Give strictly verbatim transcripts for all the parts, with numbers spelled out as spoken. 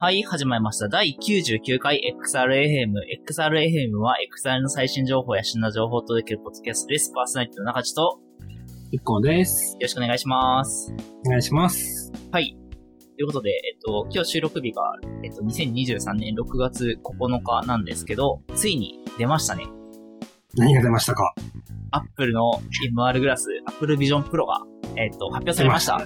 はい、始まりました。だいきゅうじゅうきゅうかい エックスアールエフエム。エックスアールエフエム は エックスアール の最新情報や旬な情報を届けるポッドキャストです。パーソナリティの中地と、 いっこうです。 よろしくお願いします。 お願いします。 はい。ということで、えっと、今日収録日が、えっと、にせんにじゅうさんねんろくがつここのかなんですけど、ついに出ましたね。 何が出ましたか？ アップルの エムアール グラス、Apple Vision Pro が、えっと、発表されました。はい。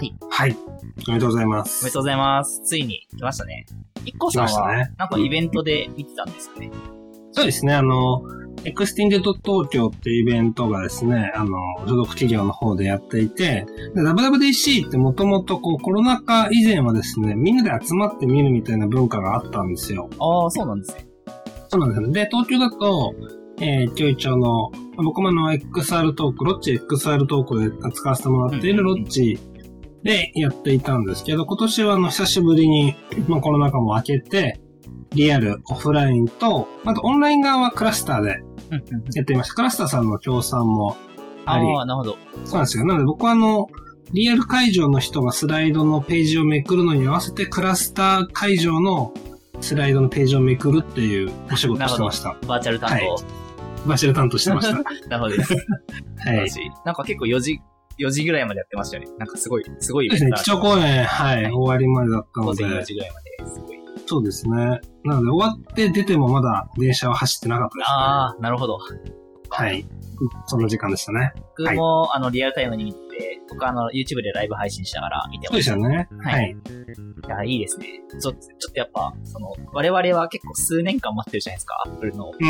はい。おめでとうございます。 おめでとうございます。ついに来ましたね。いっこさんは、ね、なんかイベントで見てたんですよね。 そうですね、あの、エクステンデッド東京っていうイベントがですね、あの、所属企業の方でやっていて、ダブリューダブリューディーシー ってもともとこうコロナ禍以前はですね、みんなで集まって見るみたいな文化があったんですよ。 ああ、そうなんですね。 そうなんですよね。で、東京だと、えー、今日一応の、僕もあの、エックスアール トーク、ロッチ エックスアール トークで使わせてもらっているロッチでやっていたんですけど、今年はあの、久しぶりに、まあ、コロナ禍も明けて、リアル、オフラインと、あとオンライン側はクラスターでやっていました。クラスターさんの協賛もあり。 ああ、なるほど。 そうなんですよ。なので僕はあの、リアル会場の人がスライドのページをめくるのに合わせて、クラスター会場のスライドのページをめくるっていうお仕事をしてました。 バーチャル担当。はい、 バーチャル担当してました。 なるほどです。はい。なんか結構よじ、よじぐらいまでやってましたよね。なんかすごい、すごいイベントだった。 ですね、基調講演、はい、はい、終わりまでだったので。 午前よじぐらいまで、すごい。 そうですね。なので終わって出てもまだ電車は走ってなかったですね。 ああ、なるほど。 はい。そんな時間でしたね。 僕も、はい、あの、リアルタイムに見て、僕あの、YouTube でライブ配信しながら見てました。 そうですよね。はい。はい、 いや、いいですね。ちょっと、ちょっとやっぱ、その、我々は結構数年間待ってるじゃないですか、Apple の、 うん。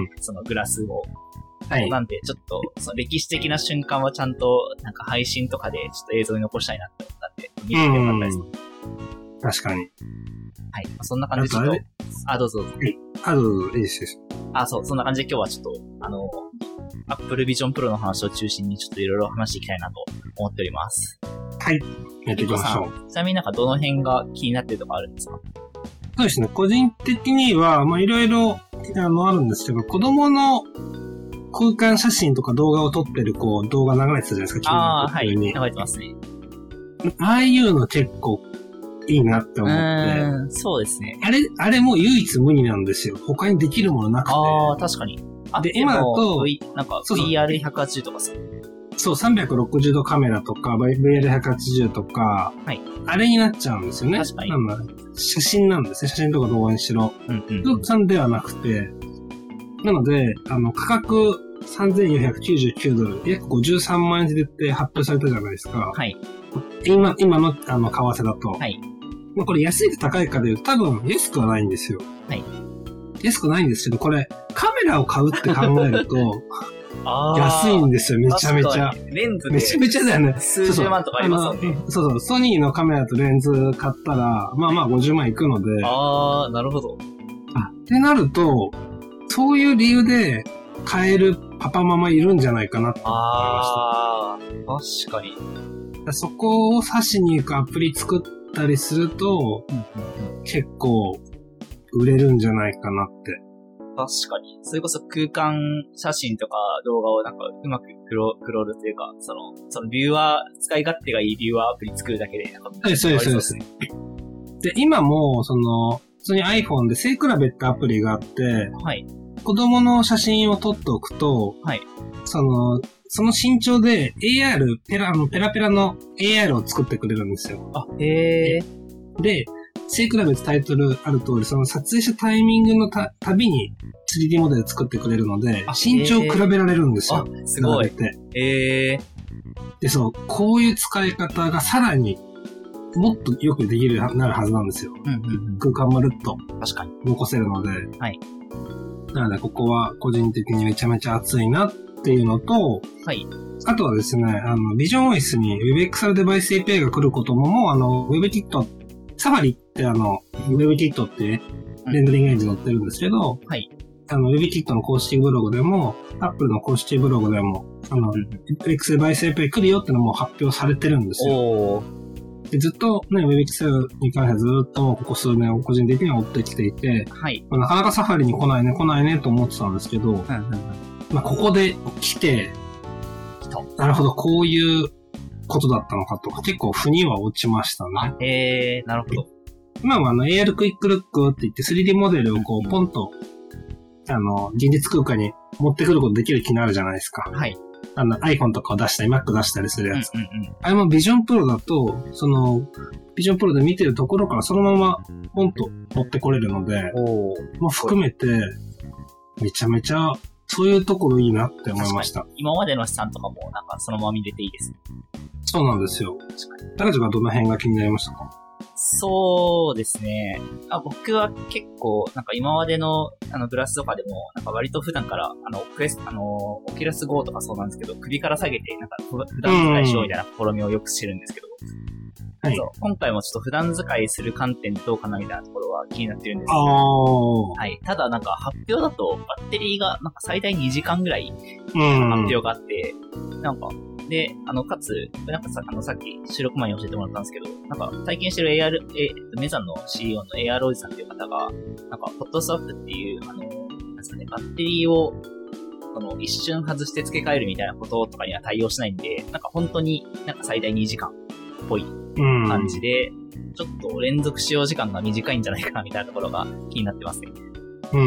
そのグラスを。 はい。 なんで、ちょっと、その歴史的な瞬間はちゃんと、なんか配信とかで、ちょっと映像に残したいなって思ったんで、見ててよかったです。 確かに。 はい。まあ、そんな感じでちょっと、あ、どうぞどうぞ。 はい。あ、どうぞ、いいです。 あ、そう、そんな感じで今日はちょっと、あの、Apple Vision Pro の話を中心にちょっといろいろ話していきたいなと思っております。 はい。やっていきましょう。ちなみになんかどの辺が気になってるとかあるんですか？ そうですね。個人的には、まあいろいろ、あの、あるんですけど、子供の空間写真とか動画を撮ってる、こう、動画流れてたじゃないですか、 ああ、はい。流れてますね。 ああいうの結構いいなって思って。 うん、そうですね。 あれ、あれも唯一無二なんですよ。他にできるものなくて。 ああ、確かに。あ、で、今だと、v、なんか ブイアールひゃくはちじゅう とかさ。 そう、さんびゃくろくじゅうどカメラとか、ブイアールひゃくはちじゅう とか、 はい。 あれになっちゃうんですよね。 確かに。 なんだ、写真なんですね。写真とか動画にしろ。 うんうん。 動画さんではなくて、なので、あの、価格さんぜんよんひゃくきゅうじゅうきゅうドル、約ごじゅうさんまんえんでって発表されたじゃないですか。 はい。 今、今の、あの、為替だと。 はい。 まあ、これ安いか高いかで言うと多分安くはないんですよ。 はい。 安くないんですけど、これ、カメラを買うって考えると、安いんですよ、めちゃめちゃ。 レンズめちゃめちゃだよね。 数十万とかありますもんね。 そうそう、ソニーのカメラとレンズ買ったら、まあまあごじゅうまんいくので。 ああ、なるほど。 あ、ってなると、そういう理由で買えるパパママいるんじゃないかなって思いました。 ああ、確かに。 そこを指しに行くアプリ作ったりすると、うんうんうん、結構売れるんじゃないかなって。 確かに。それこそ空間写真とか動画をなんかうまくクロクロールというか、その、そのビューアー、使い勝手がいいビューアーアプリ作るだけで、なんかはい、そうです、そうです。で、今も、その、普通に iPhone で背比べってアプリがあって、 はい。 子供の写真を撮っておくと、 はい。その、その身長で エーアール、ペラ、ペラペラの エーアール を作ってくれるんですよ。 あ、へー。で、背比べってタイトルある通り、その撮影したタイミングのた、たびに スリーディー モデル作ってくれるので、身長を比べられるんですよ。 あ、すごい。 えー。で、そう、こういう使い方がさらにもっとよくできるようになるはずなんですよ。 うんうんうん、 空間まるっと確かに残せるので。 はい。 なので、ここは個人的にめちゃめちゃ熱いなっていうのと、 はい。 あとはですね、あの、ビジョンオーエスに WebXR デバイス エーピーアイ が来ることも、もうあの、WebKit、サファリってあの、WebKit っていうレンダリングエンジン載ってるんですけど、 はい。 あの、WebKit の公式ブログでも、Apple の公式ブログでも、あの、うん、WebX デバイス エーピーアイ 来るよってのも発表されてるんですよ。 おでずっとね、WebXR に関してはずっとここ数年を個人的には追ってきていて、 はい。 まあ、なかなかサファリに来ないね、来ないねと思ってたんですけど、うんうんうん、まあ、ここで来て、なるほど、こういうことだったのかとか、結構腑には落ちましたね。 へえー、なるほど。 今はあの エーアール クイックルックって言って スリーディー モデルをこうポンと、あの、現実空間に持ってくることできる機能あるじゃないですか。 はい。 あの iPhone とかを出したり Mac 出したりするやつ。 うんうんうん、 あれも Vision Pro だと、その、Vision Pro で見てるところからそのままポンと持ってこれるので、もう含めて、めちゃめちゃそういうところいいなって思いました。 今までの資産とかもなんかそのまま見れていいですね。 そうなんですよ。高橋がどの辺が気になりましたか？ そうですね。あ、僕は結構、なんか今までの、あの、グラスとかでも、なんか割と普段から、あの、クエス、あの、オキュラスゴーとかそうなんですけど、首から下げて、なんか普段使いしようみたいな試みをよくしてるんですけど、はい、そう今回もちょっと普段使いする観点でどうかなみたいなところは気になってるんですけど、はい。ただなんか発表だと、バッテリーがなんか最大にじかんぐらい発表があって、なんか、で、あの、かつ、なんかさ、あの、さっき収録前に教えてもらったんですけど、なんか、体験してる エーアール、えっと、メザンの シーイーオー の エーアール おじさんっていう方が、なんか、ホットスワップっていう、あの、なんですかね、バッテリーを、その、一瞬外して付け替えるみたいなこととかには対応しないんで、なんか本当になんか最大にじかんっぽい感じで、ちょっと連続使用時間が短いんじゃないかなみたいなところが気になってますね。 うん。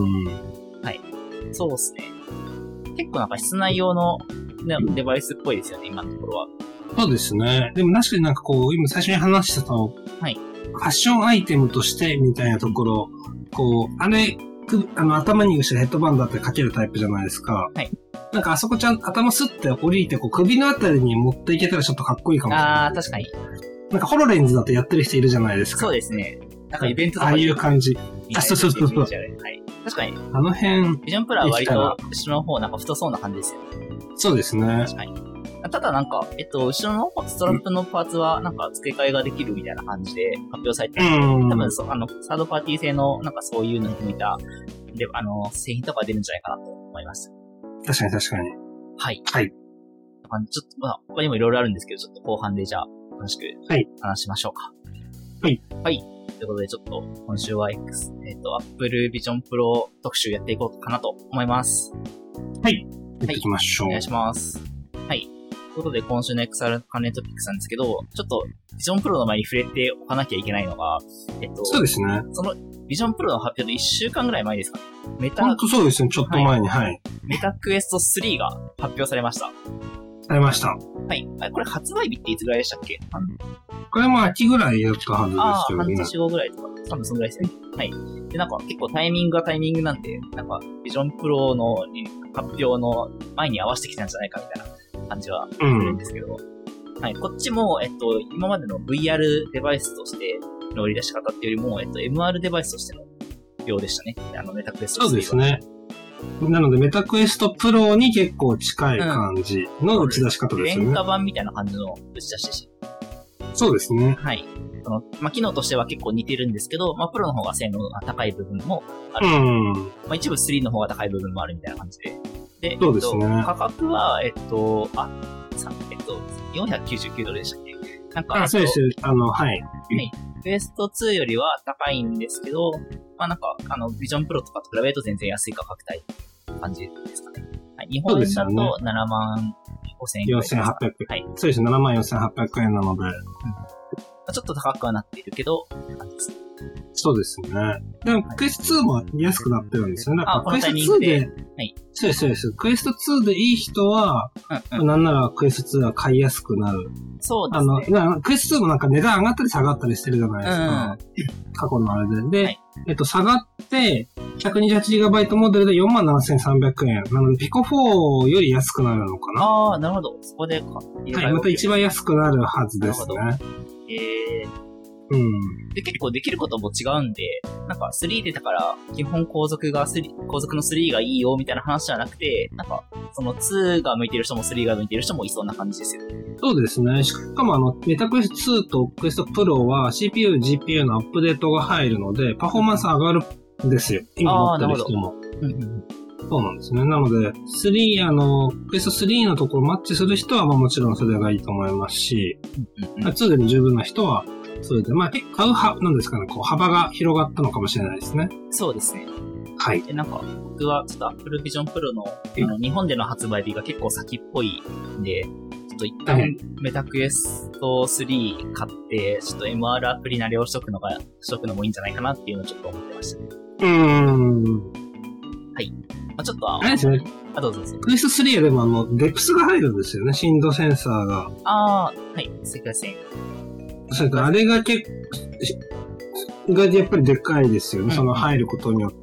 はい。そうですね。結構なんか室内用のデバイスっぽいですよね、今のところは。 そうですね。でも確かになんかこう、今最初に話したと、はい。ファッションアイテムとしてみたいなところ、こう、あれ、あの、頭に後ろヘッドバンドだってかけるタイプじゃないですか。はい。なんかあそこちゃん、頭スッて降りて、こう、首のあたりに持っていけたらちょっとかっこいいかもしれない。 ああ、確かに。 なんかホロレンズだとやってる人いるじゃないですか。 そうですね。なんかイベントとか、 ああいう感じ。あ、そうそうそうそう。はい。 確かに。 あの辺。 ビジョンプラは割と後ろの方なんか太そうな感じですよね。 そうですね。 確かに。ただなんか、えっと、後ろのストラップのパーツはなんか付け替えができるみたいな感じで発表されてるんで、多分そ、あの、サードパーティー製のなんかそういうのに向いた、で、あの、製品とか出るんじゃないかなと思います。 確かに確かに。 はい。 はい。 ちょっと、まあ、他にもいろいろあるんですけど、ちょっと後半でじゃあ、詳しく話しましょうか。 はい。 はい。ということで、ちょっと、今週は X、えっと、Apple Vision Pro 特集やっていこうかなと思います。 はい。やっていきましょう。 お願いします。はい。ということで、今週の エックスアール 関連トピックスなんですけど、ちょっと、Vision Pro の前に触れておかなきゃいけないのが、えっと、 そうですね。 その、Vision Pro の発表でいっしゅうかんぐらい前ですかね。メタ、 ほんとそうですね、ちょっと前に、はい。はい、 メタクエストスリーが発表されました。 されました。 はい。これ発売日っていつぐらいでしたっけ？ これも秋ぐらいやったはずですけどね。 ああ、半年後ぐらいとか、多分そのぐらいですね。はい。で、なんか結構タイミングがタイミングなんで、なんか、Vision Pro の発表の前に合わせてきたんじゃないかみたいな感じはするんですけど、うん、はい。こっちも、えっと、今までの ブイアール デバイスとしての売り出し方っていうよりも、えっと、エムアール デバイスとしてのようでしたね。あの、メタクエスト。 そうですね。なので、メタクエストプロに結構近い感じの打ち出し方ですよね。 廉価版みたいな感じの打ち出しでした。 そうですね。 はい。その、まあ、機能としては結構似てるんですけど、まあ、プロの方が性能が高い部分もある。うん。まあ、一部スリーの方が高い部分もあるみたいな感じで。で、 そうですね。 えっと、価格は、えっと、あ、さ、えっと、よんひゃくきゅうじゅうきゅうドルでしたっけ？なんか、 あ、そうです。あの、はい。はい。 クエストツーよりは高いんですけど、まあ、なんか、あの、ビジョンプロとかと比べると全然安い価格帯って感じですかね。はい。日本円だとななまんごせんえんぐらいですか。 よんせんはっぴゃくえん。 はい。 そうです。ななまんよんせんはっぴゃくえんなので。うんちょっと高くはなっているけど、感じです。 そうですね。でも、クエストツーも安くなってるんですよね。 あ、このタイミングで。はい。 そうです、そうです。クエストツーでいい人は、うんうん、なんならクエストツーは買いやすくなる。 そうですね。 あの、クエストツーもなんか値段上がったり下がったりしてるじゃないですか。うんうん、過去のあれで。で、はい、えっと、下がって、ひゃくにじゅうはちジガバイト モデルで よんまんななせんさんびゃくえん。なので、ピコフォーより安くなるのかな。 ああ、なるほど。そこでか。 はい、また一番安くなるはずですね。 えーうん。 で、結構できることも違うんで、なんかスリーでだから基本後続がスリー、後続のスリーがいいよみたいな話じゃなくて、なんかそのツーが向いてる人もスリーが向いてる人もいそうな感じですよ。 そうですね。しかもあの、メタクエストツーとクエストプロは シーピーユー、ジーピーユー のアップデートが入るので、パフォーマンス上がるんですよ。今持ってる人も。うんうん、そうなんですね。なので、スリー、あの、クエストスリーのところマッチする人はまあもちろんそれがいいと思いますし、うんうん、ツーでも十分な人は、それで、まあ、買うは、なんですかね、こう、幅が広がったのかもしれないですね。 そうですね。 はい。 で、なんか、僕は、ちょっと Apple Vision Pro の、あの、日本での発売日が結構先っぽいんで、 ちょっと一旦メタクエストスリー買って、ちょっと エムアール アプリ慣れをしとくのが、しとくのもいいんじゃないかなっていうのをちょっと思ってましたね。 うーん。 はい。まあ、ちょっと、 あれですね。 あ、どうぞどうぞ。 クエストスリーはでもあの、デプスが入るんですよね、振動センサーが。 ああ、はい、赤外線。 それからあれが結構、がやっぱりでかいですよね、 うん、 その入ることによって。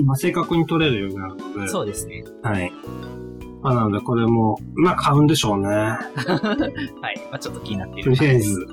まあ、正確に取れるようになるので。 そうですね。 はい。まあ、なのでこれも、まあ買うんでしょうね。はい。 まあちょっと気になっている。 とりあえず。 はい。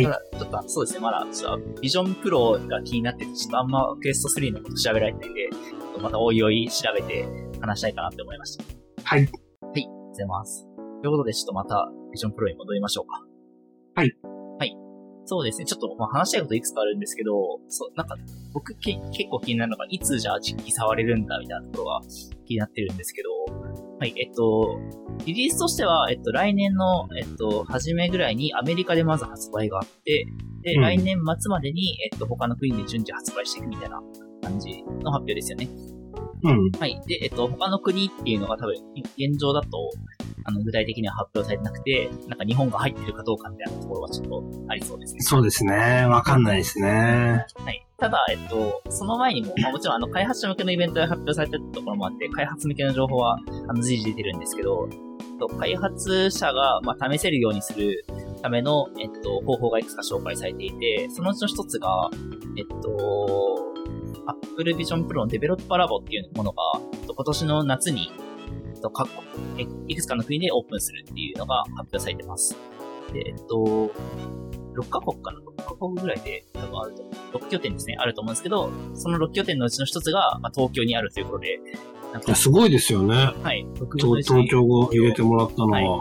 ただ、ちょっと、そうですね、まだ、ちょっと、ビジョンプロが気になってて、ちょっとあんまクエストスリーのこと調べられてないんで、またおいおい調べて話したいかなって思いました。 はい。 はい、ありがとうございます。ということで、ちょっとまたビジョンプロに戻りましょうか。 はい。 はい。そうですね、ちょっと、まあ、話したいこといくつかあるんですけど、そう、なんか、僕け結構気になるのが、いつじゃあ実機触れるんだみたいなところが気になってるんですけど、はい、えっと、リリースとしては、えっと、来年の、えっと、初めぐらいにアメリカでまず発売があって、で、うん、来年末までに、えっと、他の国で順次発売していくみたいな感じの発表ですよね。 うん。 はい。で、えっと、他の国っていうのが多分、現状だと、あの、具体的には発表されてなくて、なんか日本が入ってるかどうかみたいなところはちょっとありそうですね。 そうですね。わかんないですね。 はい。ただ、えっと、その前にも、まあもちろんあの、開発者向けのイベントで発表されてるところもあって、開発向けの情報は、あの、随時出てるんですけど、開発者が、まあ、試せるようにするための、えっと、方法がいくつか紹介されていて、そのうちの一つが、えっと、Apple Vision Pro のデベロッパーラボっていうものが、今年の夏に、えっと、各国、いくつかの国でオープンするっていうのが発表されてます。で、えっと、ろっかこくかな ?ろっかこくぐらいで多分あると思う。ろっきょてんですね、あると思うんですけど、そのろっきょてんのうちの一つが、まあ、東京にあるということで。 なんかすごいですよね。 はい。 東京を入れてもらったのは。 はい、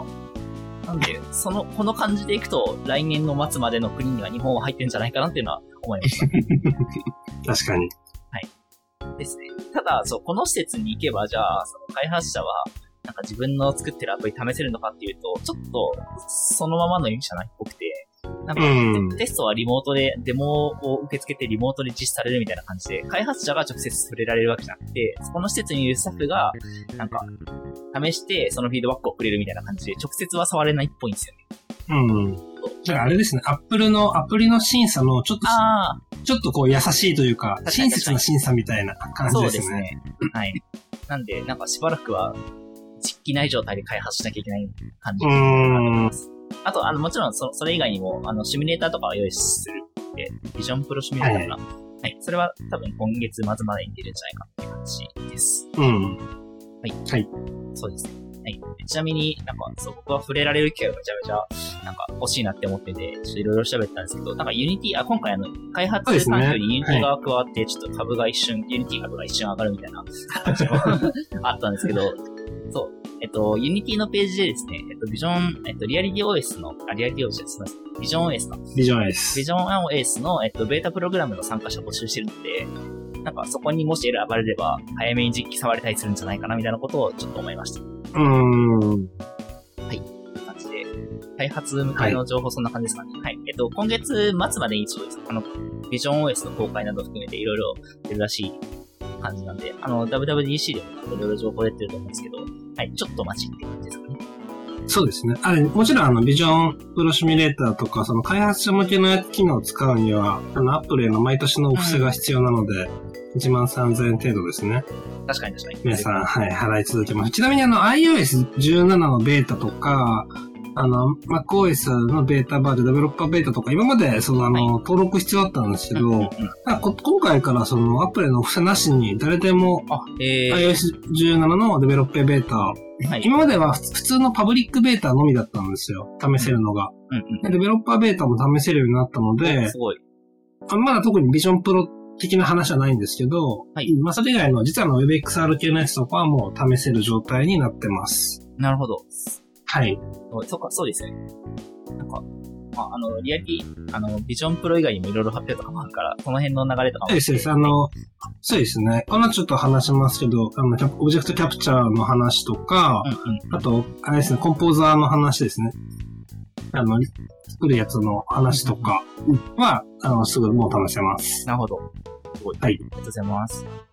なんで、その、この感じでいくと、来年の末までの国には日本は入ってるんじゃないかなっていうのは思いました。 確かに。 はい。ですね。ただ、そう、この施設に行けば、じゃあ、その開発者は、なんか自分の作ってるアプリ試せるのかっていうと、ちょっと、そのままの意味じゃないっぽくて、なんか、うん、テストはリモートで、デモを受け付けてリモートで実施されるみたいな感じで、開発者が直接触れられるわけじゃなくて、そこの施設にいるスタッフが、なんか、試して、そのフィードバックをくれるみたいな感じで、直接は触れないっぽいんですよね。 うん。じゃああれですね、アップルの、アプリの審査のちょっと、ちょっとこう優しいというか、親切な審査みたいな感じですね。そうですね。 はい。なんで、なんかしばらくは、実機ない状態で開発しなきゃいけない感じになってます。あと、あの、もちろんそ、それ以外にも、あの、シミュレーターとかを用意するって、ビジョンプロシミュレーターかな。はい、はい。それは多分今月末までに出るんじゃないかっていう感じです。 うん。 はい。はい。そうですね。はい。ちなみになんか、そう、僕は触れられる機会がめちゃめちゃ、なんか欲しいなって思ってて、ちょっといろいろ調べてたんですけど、なんかユニティ、あ、今回あの、開発環境にユニティが加わって、ちょっと株が一瞬、ユニティ株が一瞬上がるみたいな感じもあったんですけど、そう。えっと、ユニティのページでですね、えっと、ビジョン、えっと、リアリティ オーエス の、あ、リアリティ オーエス ですね。ビジョン オーエス の。 ビジョン オーエス。 ビジョン オーエス の、えっと、ベータプログラムの参加者を募集してるので、なんかそこにもし選ばれれば、早めに実機触れたりするんじゃないかな、みたいなことをちょっと思いました。 うーん。 はい。こんな感じで、開発向けの情報そんな感じですかね。はい。はい、えっと、今月末までに一応です。あの、ビジョン オーエス の公開など含めていろいろ出るらしい感じなんで、あの、ダブリューダブリューディーシー でもいろいろ情報出てると思うんですけど、はい、ちょっと待ちって感じですかね。 そうですね。あれ、もちろんあの、ビジョンプロシミュレーターとか、その開発者向けの機能を使うには、あの、アップルへの毎年のお布施が必要なので、うん、いちまんさんぜんえん程度ですね。 確かに確かに。 皆さん、はい、払い続けます。ちなみにあの、アイオーエスじゅうなな のベータとか、あの、MacOS のベータバージョン、デベロッパーベータとか、今まで、その、あの、はい、登録必要だったんですけど、うんうんうん、今回からその、アップルのお布施なしに、誰でも、えー、アイオーエスじゅうなな のデベロッパーベータ、はい、今までは普通のパブリックベータのみだったんですよ。試せるのが。 うんうんうん、 でデベロッパーベータも試せるようになったので、 すごい。 まだ特にビジョンプロ的な話はないんですけど、はい、まあ、それ以外の、実はの WebXR 系のやつとかはもう試せる状態になってます。 なるほど。 はい。 そうか、そうですよね。なんか、まあ、あの、リアリティ、あの、ビジョンプロ以外にもいろいろ発表とかもあるから、この辺の流れとかも。 そうですね。あの、そうですね。このちょっと話しますけど、あの、オブジェクトキャプチャーの話とか、うんうん、あと、あれですね、コンポーザーの話ですね。あの、作るやつの話とかは、あの、すぐもう試せます。 なるほど。すごい。 はい。 ありがとうございます。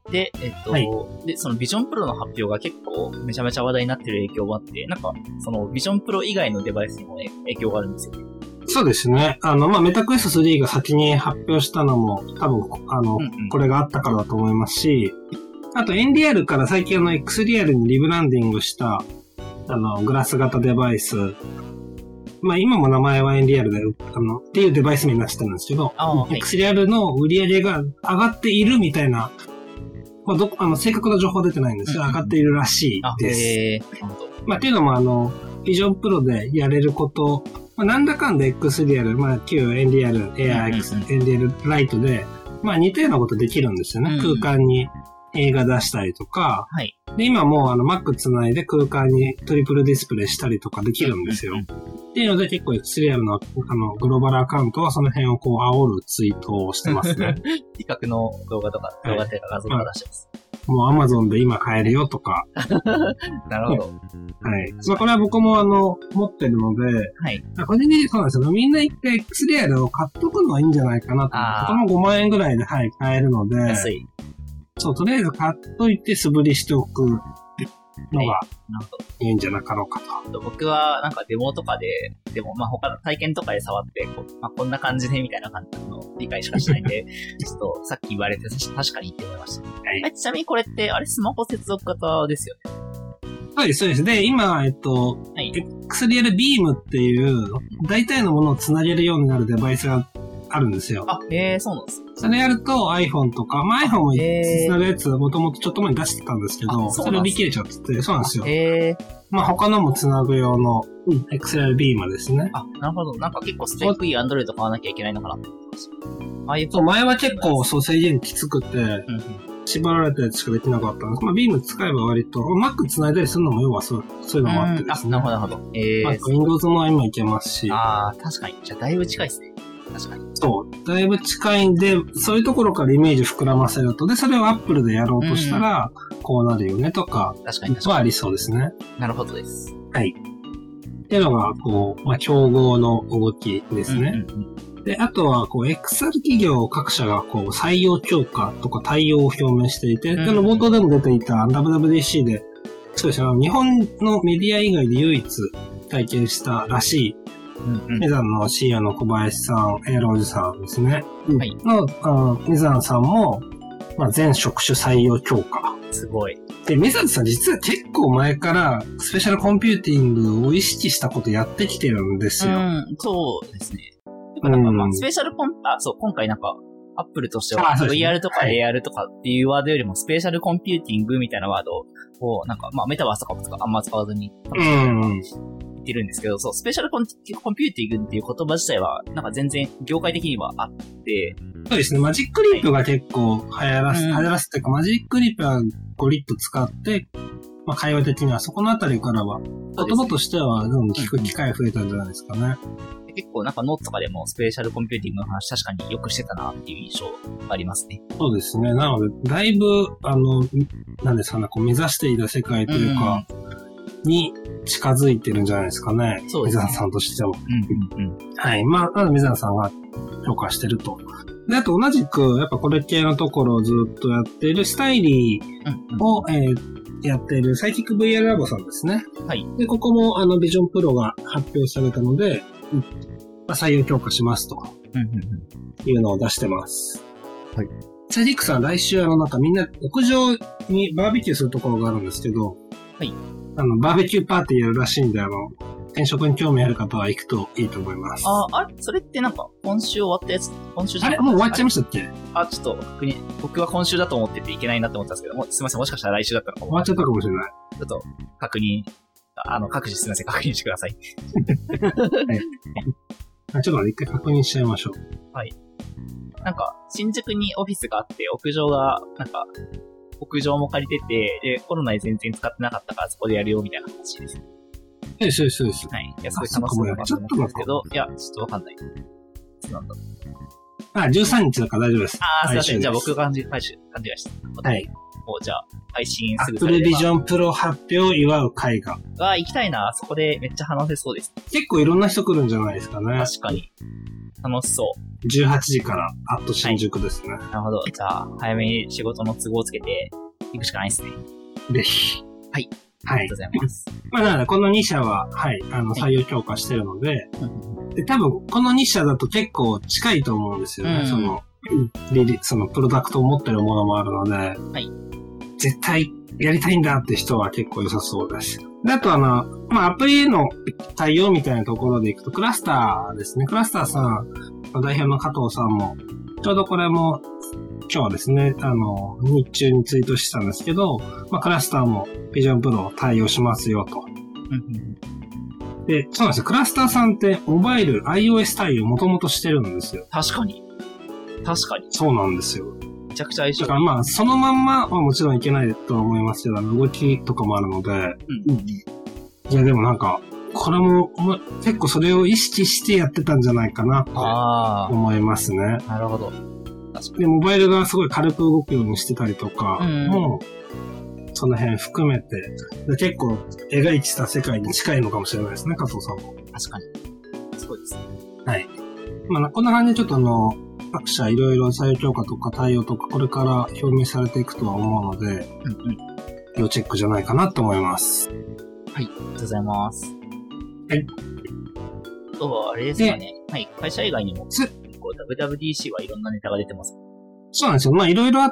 で、えっと、はい、で、そのビジョンプロの発表が結構めちゃめちゃ話題になってる影響があって、なんか、そのビジョンプロ以外のデバイスにも影響があるんですよ。 そうですね。あの、まあ、メタクエストスリーが先に発表したのも、多分、あの、うんうん、これがあったからだと思いますし、あと、エンリアルから最近の X リアルにリブランディングした、あの、グラス型デバイス。まあ、今も名前はエンリアルで、あの、っていうデバイス名になっちゃったんですけど、はい、X リアルの売り上げが上がっているみたいな、まあ、ど、あの、正確な情報出てないんですけど、うん、上がっているらしいです。へー。まあ、っていうのも、あの、ビジョンプロでやれること、まあ、なんだかんだ X リアル、まあ、旧エンリアル、エーアーエックス、うんうんうん、エンリアルライトで、まあ、似たようなことできるんですよね。うん、空間に映画出したりとか、はい、で、今もうあの Mac つないで空間にトリプルディスプレイしたりとかできるんですよ。うんうんうん、っていうので結構 X リアルのあのグローバルアカウントはその辺をこう煽るツイートをしてますね。 比較の動画とか、動画っていうか画像とか出してます。 もう Amazon で今買えるよとか。 なるほど。 はい。まあこれは僕もあの、持ってるので、はい。これね、そうなんですよ。みんな一回 X リアルを買っとくのがいいんじゃないかなと。そこもごまん円ぐらいで、はい、買えるので。安い。そう、とりあえず買っといて素振りしておくのがいいんじゃなかろうかと。 僕はなんかデモとかで、でもまあ他の体験とかで触ってこう、まあ、こんな感じでみたいな感じの理解しかしないんで、ちょっとさっき言われて確かにって思いました。はい、ちなみにこれってあれスマホ接続型ですよね。 そうです、そうです。で、今、えっと、はい、X リアルビームっていう、大体のものをつなげるようになるデバイスがあるんですよ。 あ、へえ、そうなんですか。 それやると iPhone とか、まあ iPhone もつなぐやつもともとちょっと前に出してたんですけど、それを売り切れちゃってて、そうなんですよ。へー。まあ他のもつなぐ用の、うん、X リアルビームですね。 あ、なるほど。なんか結構スペックいい Android 買わなきゃいけないのかなって思いました。ああいうそう、前は結構そう制限きつくて、うんうん、縛られたやつしかできなかったんです。まあビーム使えば割と、Mac 繋いだりするのも要はそう、そういうのもあってですね。 あ、なるほど、なるほど。えー。 Windows も今いけますし。 ああ、確かに。じゃあだいぶ近いですね。確かに。 そう。だいぶ近いんで、そういうところからイメージ膨らませると、で、それを Apple でやろうとしたら、こうなるよねとか、 確かに確かに。 はありそうですね。 なるほどです。 はい。っていうのが、こう、まあ、競合の動きですね。うんうんうん、で、あとは、こう、エックスアール 企業各社が、こう、採用強化とか対応を表明していて、うんうん、で、冒頭でも出ていた ダブリューダブリューディーシー で、そうですね、日本のメディア以外で唯一体験したらしい、うんうん、メザンの シーイーオー の小林さん、エーロージさんですね。はい。の、あメザンさんも、まあ、全職種採用強化。 すごい。 で、メザンさん実は結構前からスペシャルコンピューティングを意識したことやってきてるんですよ。うん、 そうですね。なんかまあ、スペシャルコン、あ、そう、今回なんか、アップルとしては ブイアール とか エーアール とかっていうワードよりもスペシャルコンピューティングみたいなワードを、なんかまあメタバースとかもあんま使わずに、うん言ってるんですけど、そう、スペシャルコン、コンピューティングっていう言葉自体は、なんか全然業界的にはあって、 そうですね、マジックリップが結構流行らせ、はい、流行らせていうか、マジックリップはゴリッと使って、まあ会話的にはそこのあたりからは、言葉としては、どんどん聞く機会増えたんじゃないですかね。 結構なんかノートとかでもスペシャルコンピューティングの話確かによくしてたなっていう印象がありますね。 そうですね。なので、だいぶ、あの、なんですかね、こう目指していた世界というか、うん、に近づいてるんじゃないですかね。そうですね。メザンさんとしても。うんうんうん、はい。まあ、なのでメザンさんが評価してると。で、あと同じく、やっぱこれ系のところをずっとやっているスタイリーを、うんうん、えーやっているサイキック ブイアール ラボさんですね。はい。で、ここもあのビジョンプロが発表されたので、うん、まあ、採用強化しますと、うんうんうん、いうのを出してます。はい。サイキックさん来週あのなんかみんな屋上にバーベキューするところがあるんですけど、はい。あのバーベキューパーティーやるらしいんで、あの転職に興味ある方は行くといいと思います。 ああ、あれそれってなんか今週終わったやつ、今週じゃないあれもう終わっちゃいましたっけ？ あ、ちょっと確認、僕は今週だと思ってていけないなって思ったんですけど、もすみません、もしかしたら来週だったのかも。 終わっちゃったかもしれない。 ちょっと確認、あの、各自すみません、確認してください。 はい。あ、ちょっと一回確認しちゃいましょう。 はい。なんか、新宿にオフィスがあって、屋上が、なんか、屋上も借りてて、で、コロナで全然使ってなかったからそこでやるよみたいな話です。 そうです、そうです、そうです。 はい。いや、すごい楽しそうだなと思ったんですけど、いや、ちょっとわかんない。そうなんだ。 あ、じゅうさんにちだから大丈夫です。 あー、すいません。じゃあ僕が勘違いした。はい。もうじゃあ、配信すぐされれば。 Apple Vision Pro 発表を祝う会が。 あ、行きたいな。そこでめっちゃ話せそうです。 結構いろんな人来るんじゃないですかね。 確かに。 楽しそう。 じゅうはちじから、あと新宿ですね。はい、 なるほど。じゃあ、早めに仕事の都合をつけて、行くしかないですね。 ぜひ。 はい。 はい。 ありがとうございます。 まあ、なので、このに社は、はい、あの、採用強化してるので、はい、で、多分、このに社だと結構近いと思うんですよね。うん、その、リリ、その、プロダクトを持ってるものもあるので、はい。絶対、やりたいんだって人は結構良さそうです。で、あとあの、まあ、アプリへの対応みたいなところでいくと、クラスターですね。クラスターさん、代表の加藤さんも、ちょうどこれも、今日はですね、あの、日中にツイートしてたんですけど、まあ、クラスターも Vision Pro 対応しますよと。で、そうなんですよ。クラスターさんってモバイル iOS 対応もともとしてるんですよ。 確かに。確かに。 そうなんですよ。 めちゃくちゃ相性。 だからまあ、そのまんまはもちろんいけないとは思いますけど、動きとかもあるので、うん、いやでもなんか、これも結構それを意識してやってたんじゃないかなと思いますね。 なるほど。 で、モバイルがすごい軽く動くようにしてたりとかも、うん、その辺含めて、で結構描いてた世界に近いのかもしれないですね、加藤さんも。 確かに。すごいですね。 はい。まあ、こんな感じでちょっとあの、各社いろいろ採用強化とか対応とかこれから表明されていくとは思うので、うんうん、要チェックじゃないかなと思います。 はい、ありがとうございます。 はい。 あとはあれですかね。はい、会社以外にも結構 ダブリューダブリューディーシー はいろんなネタが出てます。 そうなんですよ。まあいろいろあって、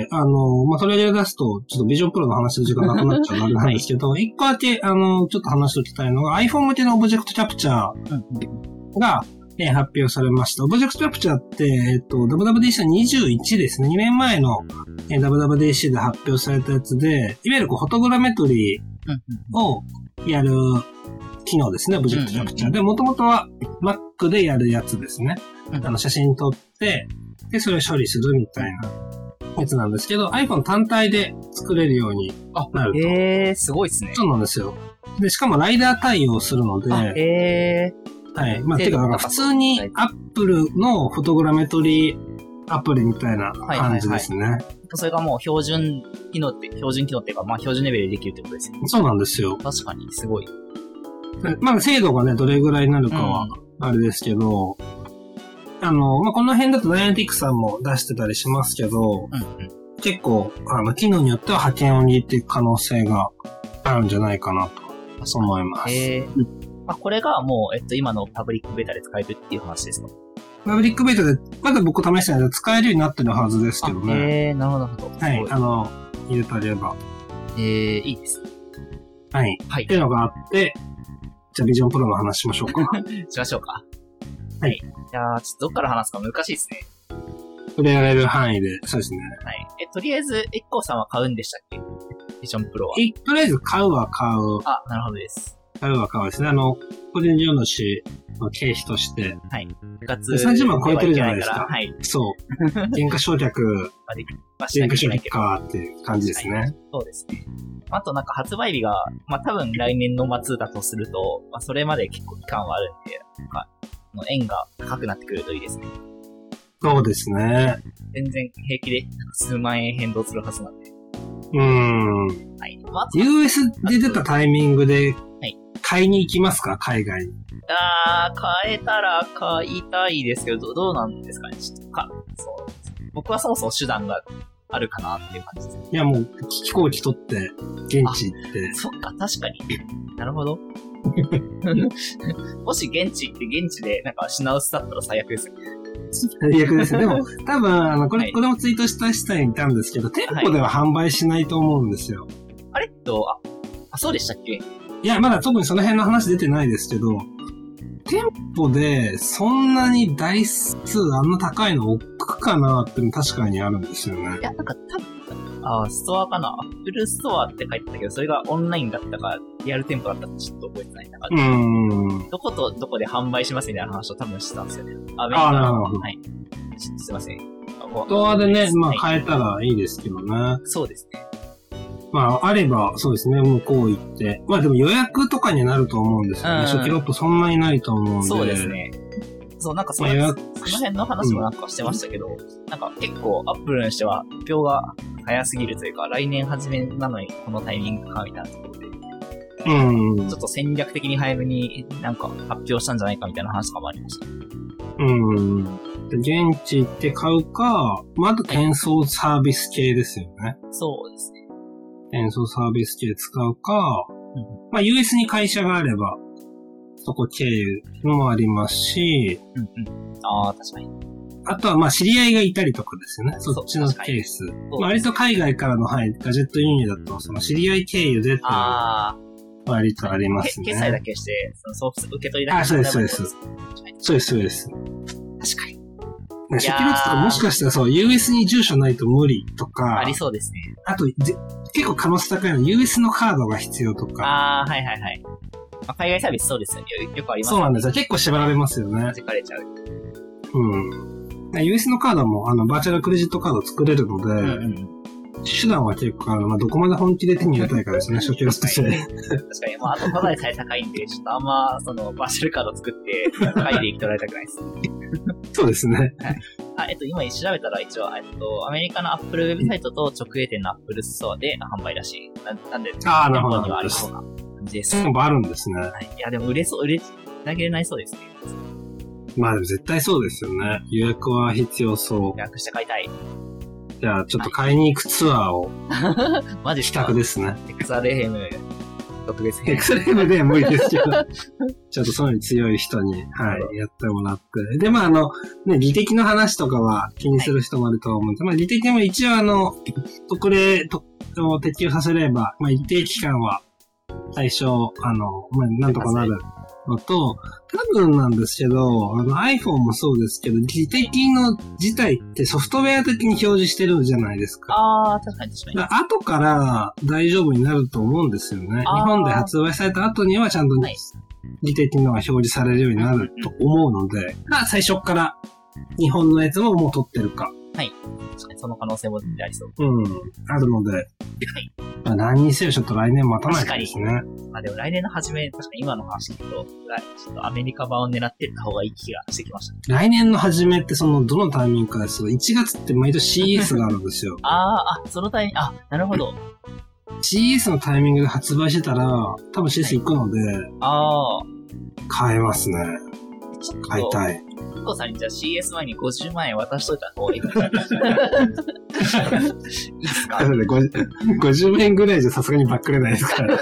あの、まあそれで出すと、ちょっとビジョンプロの話の時間なくなっちゃうのあれなんですけど、一、はい、個だけ、あの、ちょっと話しておきたいのが iPhone 向けのオブジェクトキャプチャーが、えー、発表されました。オブジェクトキャプチャーって、えっと、ダブリューダブリューディーシー にじゅういちですね。にねんまえの、えー、ダブリューダブリューディーシー で発表されたやつで、いわゆるこう、フォトグラメトリーをやる機能ですね、オブジェクトキャプチャー。で、もともとは Mac でやるやつですね。あの、写真撮って、で、それを処理するみたいなやつなんですけど、iPhone 単体で作れるようになると。 へー、すごいですね。 そうなんですよ。で、しかもライダー対応するので、 へー。 はい。まあ、てか、普通に Apple のフォトグラメトリーアプリみたいな感じですね。はいはいはい、 それがもう標準機能って、標準機能っていうか、まあ標準レベルでできるってことですよね。 そうなんですよ。 確かに、すごい。 まあ、精度がね、どれぐらいになるかは、あれですけど、うん、あの、まあ、この辺だとダイナティックさんも出してたりしますけど、うんうん、結構、あの、機能によっては覇権を握っていく可能性があるんじゃないかなと思います。 へー。あ、これがもう、えっと、今のパブリックベータで使えるっていう話ですか？ パブリックベータで、まだ僕試してないので使えるようになってるはずですけどね。 へえー、なるほど、なるほど。 はい、あの、入れてあげれば。 えー、いいです。 はい。はい。っていうのがあって、じゃあビジョンプロの話しましょうか。 しましょうか。 はい。 いやー、ちょっとどっから話すか難しいですね。 触れられる範囲で、そうですね。 はい。え、とりあえず、エッコーさんは買うんでしたっけ？ビジョンプロは。 え、とりあえず買うは買う。 あ、なるほどです。 買うは買うですね。あの、個人事業主の経費として。 はい。さんじゅうまん超えてるじゃないですか。 はい。 そう。原価償却、原価償却かっていう感じですね。 そうですね。あとなんか発売日が、まあ多分来年の末だとすると、まあそれまで結構期間はあるんで、なんか、円が高くなってくるといいですね。 そうですね。 全然平気で数万円変動するはずなんで。 うーん。 はい。 まあ、ユーエス で出たタイミングで、買いに行きますか、海外に。 あー、買えたら買いたいですけど、どうなんですかね、ちょっとか、そう。僕はそもそも手段があるかなっていう感じです。 いや、もう、飛行機取って、現地行って。 そっか、確かに。なるほど。もし現地行って現地でなんか品薄だったら最悪ですよね。 最悪ですよ。でも、多分、あの、これ、はい、これもツイートした人にいたんですけど、店舗では販売しないと思うんですよ。 あれと、あ、あ、そうでしたっけ？ いや、まだ特にその辺の話出てないですけど、店舗でそんなに台数あんな高いの置くかなっての確かにあるんですよね。 いや、なんか多分、あ、ストアかな？アップルストアって書いてたけど、それがオンラインだったか、リアル店舗だったかちょっと覚えてない。なんか、うーん。どことどこで販売しますみたいな話を多分してたんですよね。 あ、あ、なるほど。 はい。すいません。 ストアでね、まあ買えたらいいですけどね。はい、 そうですね。 まあ、あれば、そうですね、向こう行って。まあでも予約とかになると思うんですよね。初期ロットそんなにないと思うんで。 そうですね。そう、なんかその、まあ、その辺の話もなんかしてましたけど、うん、なんか結構アップルにしては、発表が早すぎるというか、来年初めなのにこのタイミングか、みたいなところで。うん。ちょっと戦略的に早めになんか発表したんじゃないかみたいな話とかもありました。 うん。で現地行って買うか、まあ、あと転送サービス系ですよね。 そうですね。 転送サービス系使うか、 うん、 まあ ユーエス に会社があれば、そこ経由もありますし、 うんうん、ああ、確かに。 あとはまあ知り合いがいたりとかですよね。そっちのケース。まあ、割と海外からの、はい、ガジェット輸入だと、その知り合い経由でっていうのが割とありますね。 決済だけして、その送付受け取りだけして。 あ、そうです、そうです。そうです、そうです。 確かに。 初期のやつとかもしかしたらそう、ユーエス に住所ないと無理とか。 ありそうですね。 あと、結構可能性高いのは ユーエス のカードが必要とか。 ああ、はいはいはい。まあ、海外サービスそうですよね。よくありますね。 そうなんですよ。結構縛られますよね。 弾かれちゃう。 うん。ユーエス のカードも、あの、バーチャルクレジットカード作れるので、うんうん、手段は結構、あの、まあ、どこまで本気で手に入れたいかですね、初期のとして。 確かに、まあ、あと、ただでさえ高いんで、ちょっとあんま、その、バーチャルカード作って、高い利益取られたくないです。 そうですね。 はい。あ、えっと、今調べたら一応、えっと、アメリカのアップルウェブサイトと直営店のアップルストアで販売らしい。ななんで、 ああ、なるほど。 日本にはありそうな感じです。 全部あるんですね。 はい。いや、でも売れそう、売れ、投げれないそうですね。 まあでも絶対そうですよね。予約は必要そう。 予約して買いたい。 じゃあ、ちょっと買いに行くツアーを。 マジ企画ですね。 エクサレーム特別編。 エクサレームで無理ですけど。ちょっとそういうのに強い人に、はい、やってもらって。で、まああの、ね、利的の話とかは気にする人もあると思うんで、はい、まあ利的も一応あの、特例とを適用させれば、まあ一定期間は最初、あの、まあなんとかなるのと、多分なんですけど、あの iPhone もそうですけど、利的の自体ってソフトウェア的に表示してるじゃないですか。 ああ、確かに確かに。 だ後から大丈夫になると思うんですよね。日本で発売された後にはちゃんと利的のが表示されるようになると思うので、まあ最初から日本のやつももう取ってるか。 はい。確かにその可能性もありそう。 うん。あるので。はい。まあ何にせよちょっと来年待たないとですね。 まあでも来年の初め、確かに今の話聞くと、ちょっとアメリカ版を狙ってった方がいい気がしてきました。 来年の初めってその、どのタイミングかですけど、いちがつって毎年 シーイーエス があるんですよ。 ああ、あ、そのタイミング、あ、なるほど。 シーイーエス のタイミングで発売してたら、多分 シーイーエス 行くので、はい、 ああ。 買えますね。買いたい。 キコさんにじゃあ シーエス 前にごじゅうまん円渡しといた方がいいかな。いいっすかごじゅうまん円ぐらいじゃさすがにバックれないですから。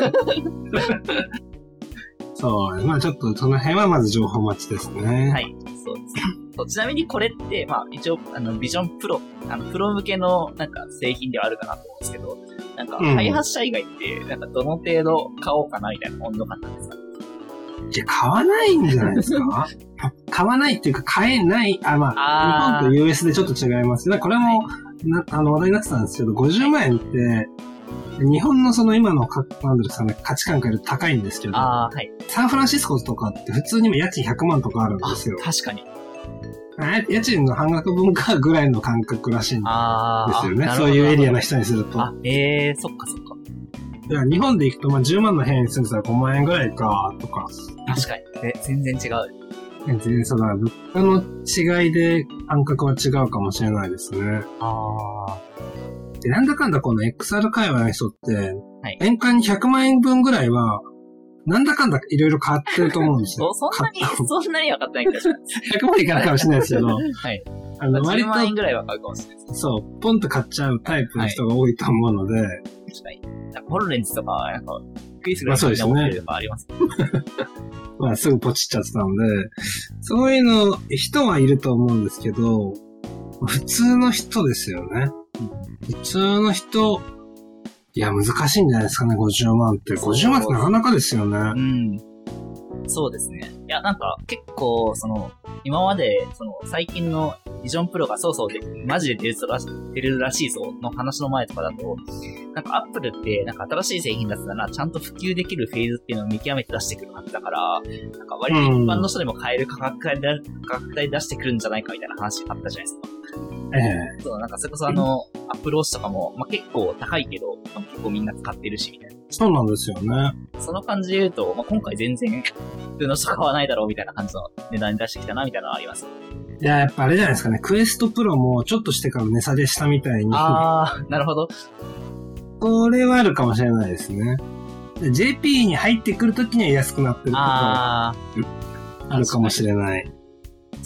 そう。まあちょっとその辺はまず情報待ちですね。 はい。そうですね。そうちなみにこれって、まあ一応、あの、ビジョンプロ、あの、プロ向けのなんか製品ではあるかなと思うんですけど、なんか、開発者以外って、なんかどの程度買おうかなみたいな温度感なんですかね。 いや、買わないんじゃないですか買わないっていうか、買えない、あ、まあ、あ日本と ユーエス でちょっと違います。これも、なあの、話題になってたんですけど、ごじゅうまん円って、日本のその今のか、なんですかね、価値観から高いんですけど、 あはい、 サンフランシスコとかって普通に家賃ひゃくまんとかあるんですよ。 確かに。 家賃の半額分かぐらいの感覚らしいんですよね。そういうエリアの人にすると。 あ、ええー、そっかそっか。 いや、日本で行くと、まあ、じゅうまんの部屋に住んでたらごまん円ぐらいか、とか。 確かに。え、全然違う。 全然そうだ、物価の違いで感覚は違うかもしれないですね。 ああ。 で、なんだかんだこの エックスアール 界隈の人って、はい、年間にひゃくまん円分ぐらいは、なんだかんだいろいろ買ってると思うんですよ。 そんなに、そんなには買ってない気がします。 ひゃくまんいかないかもしれないですけど。はい。 あの、割と。じゅうまん円ぐらいは買うかもしれないです。 そう。ポンと買っちゃうタイプの人が多いと思うので。はい、 確かに。なんかホロレンズとか、なんか、クイズぐらいみんな持ってるとかあります。 まあ、すぐポチっちゃってたので、そういうの、人はいると思うんですけど、普通の人ですよね。普通の人、いや、難しいんじゃないですかね、ごじゅうまんって。ごじゅうまんってなかなかですよね。 うん。そうですね。いや、なんか、結構、その、今まで、その、最近のビジョンプロがそうそうで、マジで出るらし出るらしいぞの話の前とかだと、なんかアップルって、なんか新しい製品出すなら、ちゃんと普及できるフェーズっていうのを見極めて出してくるはずだから、なんか割と一般の人でも買える価格帯で、価格帯出してくるんじゃないかみたいな話あったじゃないですか。 ええ。 そう、なんかそれこそあの、アップルウォッチとかも、まあ、結構高いけど、まあ、結構みんな使ってるし、みたいな。 そうなんですよね。 その感じで言うと、まあ、今回全然、普通の人買わないだろうみたいな感じの値段に出してきたな、みたいなのはあります。 いや、やっぱあれじゃないですかね。クエストプロもちょっとしてから値下げしたみたいに。 あー、なるほど。 これはあるかもしれないですね。ジェーピー に入ってくるときには安くなってるとか、あ, あるかもしれない。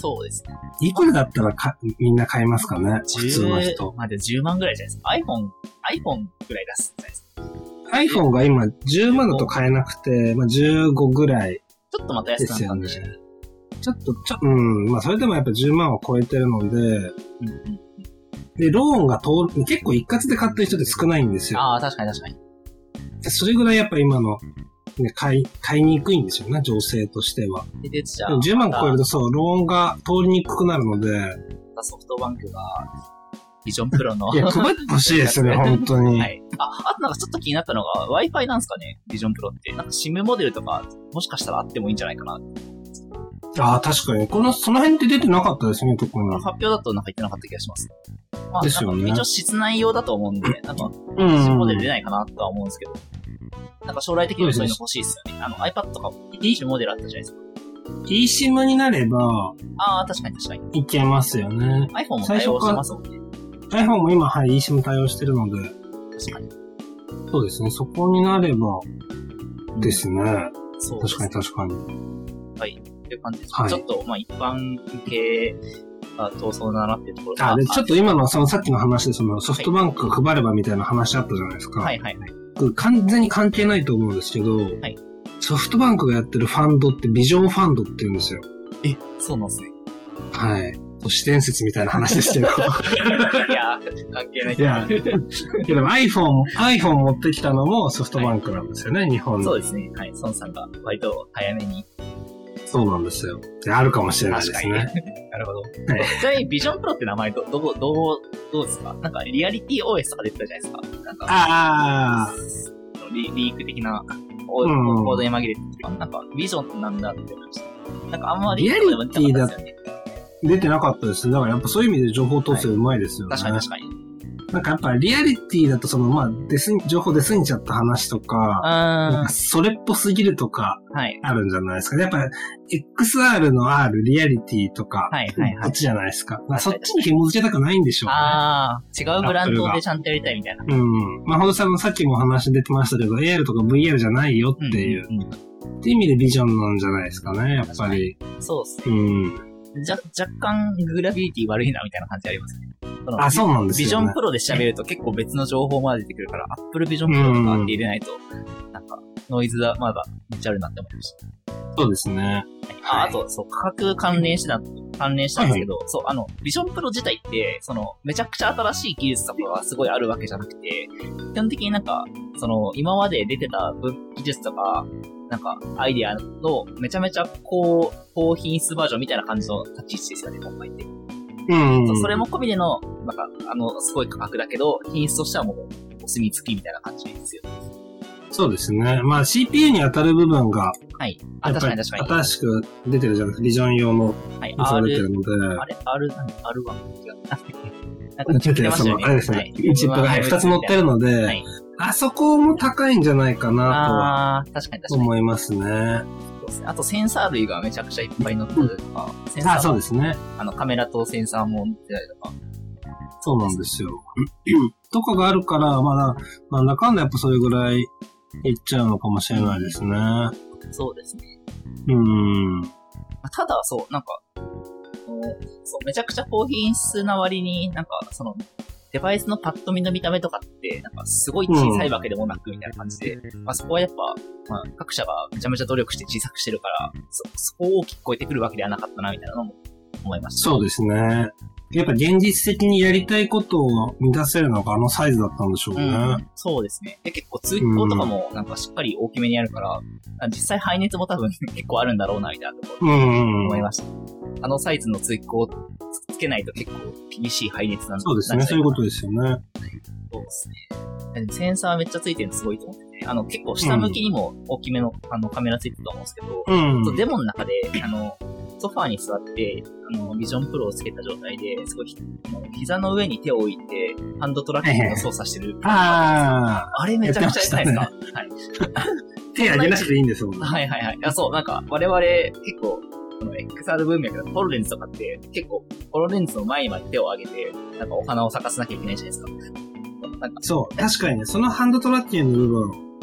そうですね。 いくらだったらかみんな買いますかね普通の人。 まあ、でじゅうまんぐらいじゃないですか。iPhone、iPhone ぐらい出すじゃないですか。 iPhone が今じゅうまんだと買えなくて、まあ、じゅうごぐらいちょっとまた安くなったんでしょうね。 ちょっと、ちょ、うん、まあそれでもやっぱじゅうまんを超えてるので、うんうん、で、ローンが通る、結構一括で買ってる人って少ないんですよ。 ああ、確かに確かに。 それぐらいやっぱ今の、ね、買い、買いにくいんですよね、情勢としては。 で、でじゃあじゅうまん超えるとそう、ローンが通りにくくなるので、 ソフトバンクが、ビジョンプロの。 いや、配ってほしいですね、本当に。 はい。あ、あとなんかちょっと気になったのが、Wi-Fi なんですかね、ビジョンプロって。なんか SIM モデルとか、もしかしたらあってもいいんじゃないかな。 ああ、確かに。この、その辺って出てなかったですね、特に。 発表だとなんか言ってなかった気がします。まあ、 ですよね。 一応室内用だと思うんで、なんか、SIM モデル出ないかなとは思うんですけど。なんか将来的にそういうの欲しいですよね。あの iPad とか eSIM モデルあったじゃないですか。 eSIM になれば、 ああ、確かに確かに。 いけますよね。 iPhone も対応してますもんね。 iPhone も今、はい、eSIM 対応してるので。 確かに。 そうですね。そこになれば、ですね。 そうですね。 確かに確かに。 はい。っていう感じです。 はい、 ちょっと、まあ一般向けが闘争だなっていうところが。 あ、で、ちょっと今のそのさっきの話でそのソフトバンクが配ればみたいな話あったじゃないですか。 はいはいはい。 完全に関係ないと思うんですけど、はい、ソフトバンクがやってるファンドってビジョンファンドって言うんですよ。 え、そうなんですね。 はい。都市伝説みたいな話ですけど。いや、関係ない。 いや、でも iPhone、iPhone 持ってきたのもソフトバンクなんですよね、はい、日本の。 そうですね。はい。孫さんが割と早めに。 そうなんですよ。で、あるかもしれないですね。 なるほど。はい、ちなみにビジョンプロって名前ど、どこ、どう、どうですか？なんかリアリティ オーエス とか出てたじゃないですか。なんかああ。 リ, リーク的なコードに紛れてとか、なんかビジョンなんだって思いました。なんかあんまりリアリティだ出てなかったですね。だからやっぱそういう意味で情報統制うまいですよね。 はい、確かに確かに。 なんかやっぱリアリティだとそのまあ出す情報出過ぎちゃった話とか、なんかそれっぽすぎるとかあるんじゃないですかね。やっぱ エックスアール の R リアリティとか、はいはいはい、こっちじゃないですか。まあ、そっちに紐付けたくないんでしょうね。 ああ、違うブランドでちゃんとやりたいみたいな。 うん。まあほどさんのさっきも話出てましたけど、エーアール とか ブイアール じゃないよっていう、うんうんうん、っていう意味でビジョンなんじゃないですかね、やっぱり。 そうですね。うんじゃ、若干グラビリティ悪いなみたいな感じありますね。 あ、そうなんですよ、ね。 ビジョンプロで喋ると結構別の情報まで出てくるから、Apple Vision Pro とかって入れないと、なんか、ノイズがまだめっちゃあるなって思いました。 そうですね。 あ、あと、そう、価格関連してた、関連したんですけど、はい、そう、あの、ビジョンプロ自体って、その、めちゃくちゃ新しい技術とかがすごいあるわけじゃなくて、基本的になんか、その、今まで出てた技術とか、なんか、アイディアのめちゃめちゃ高、高品質バージョンみたいな感じの立ち位置ですよね、今回って。うん。それも込みでの、なんか、あの、すごい価格だけど、品質としてはもう、お墨付きみたいな感じですよ。 そうですね。まあ シーピーユー に当たる部分が、 はい。あ、確かに確かに。 新しく出てるじゃないですか。ビジョン用の。はい。R、出てるので。 あれ ?R、何 ?アールワン? 違う。なんか出てますよね。あれですね。チップがふたつ乗ってるので、はい、あそこも高いんじゃないかなとは。 あ確かに確かに。 思いますね。 そうですね。あとセンサー類がめちゃくちゃいっぱい乗ってるとか。 うん、センサーあ、そうですね。 あのカメラとセンサーも乗ってたりとか。 そうなんですよ。とかがあるから、まだ、なんだかんだやっぱそれぐらいいっちゃうのかもしれないですね。 そうですね。 うーん。 ただ、そう、なんか、そう、めちゃくちゃ高品質な割に、なんか、その、デバイスのパッと見の見た目とかって、なんか、すごい小さいわけでもなく、みたいな感じで、うん、まあそこはやっぱ、まあ、各社がめちゃめちゃ努力して小さくしてるから、そ、そこを大きく超えてくるわけではなかったな、みたいなのも思いました。 そうですね。やっぱ現実的にやりたいことを満たせるのがあのサイズだったんでしょうね。うん、 そうですね。で、結構通気口とかもなんかしっかり大きめにやるから、うん、実際排熱も多分結構あるんだろうな、みたいなところ思いました。うん、あのサイズの通気口をつけないと結構厳しい排熱なんだ。 そうですね。そういうことですよね。 そうですね。センサーめっちゃついてるのすごいと思ってて、あの結構下向きにも大きめの、あのカメラついてると思うんですけど、うん、デモの中で、あの、ソファーに座って、あの、ビジョンプロをつけた状態で、すごい、膝の上に手を置いて、ハンドトラッキングを操作してる。 ああれめちゃくちゃ痛いですか、ね、はい。 手上げなくていいんですもんね。 はいはいはい。あ、そう、なんか、我々、結構、この エックスアール 文脈のホロレンズとかって、結構、ホロレンズの前にまで手を上げて、なんかお花を咲かせなきゃいけないじゃないですか。 なんかそう、確かにね、そのハンドトラッキングの部分、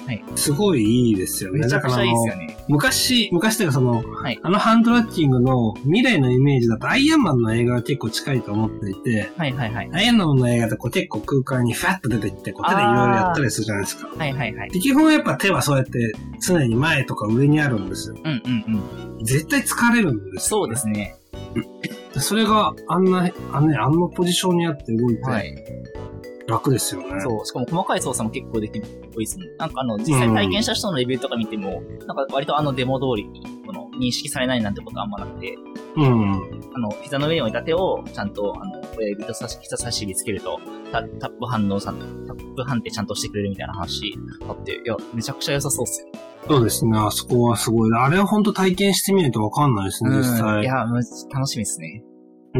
はい。 すごいいいですよね。 めちゃくちゃいいですよね。 昔、昔というかその、はい、あのハンドラッキングの未来のイメージだとアイアンマンの映画が結構近いと思っていて、 はいはいはい。 アイアンマンの映画ってこう結構空間にファッと出てきて、こう手でいろいろやったりするじゃないですか。 はいはいはい。 で、基本やっぱ手はそうやって常に前とか上にあるんですよ。 うんうんうん。 絶対疲れるんですよ、ね。そうですね。 それがあんな、あんな、あのポジションにあって動いて、はい、楽ですよね。 そう。しかも細かい操作も結構できるっぽいですね。なんかあの、実際体験した人のレビューとか見ても、うん、なんか割とあのデモ通りに、この、認識されないなんてことはあんまなくて、うん。あの、膝の上に置いた手を、ちゃんと、あの、親指と人差し指つけると、タ, タップ反応さん、タップ判定ちゃんとしてくれるみたいな話あって、いや、めちゃくちゃ良さそうっすよ。 そうですね。あそこはすごい。あれは本当体験してみないとわかんないですね、実際。 いや、楽しみですね。 うん。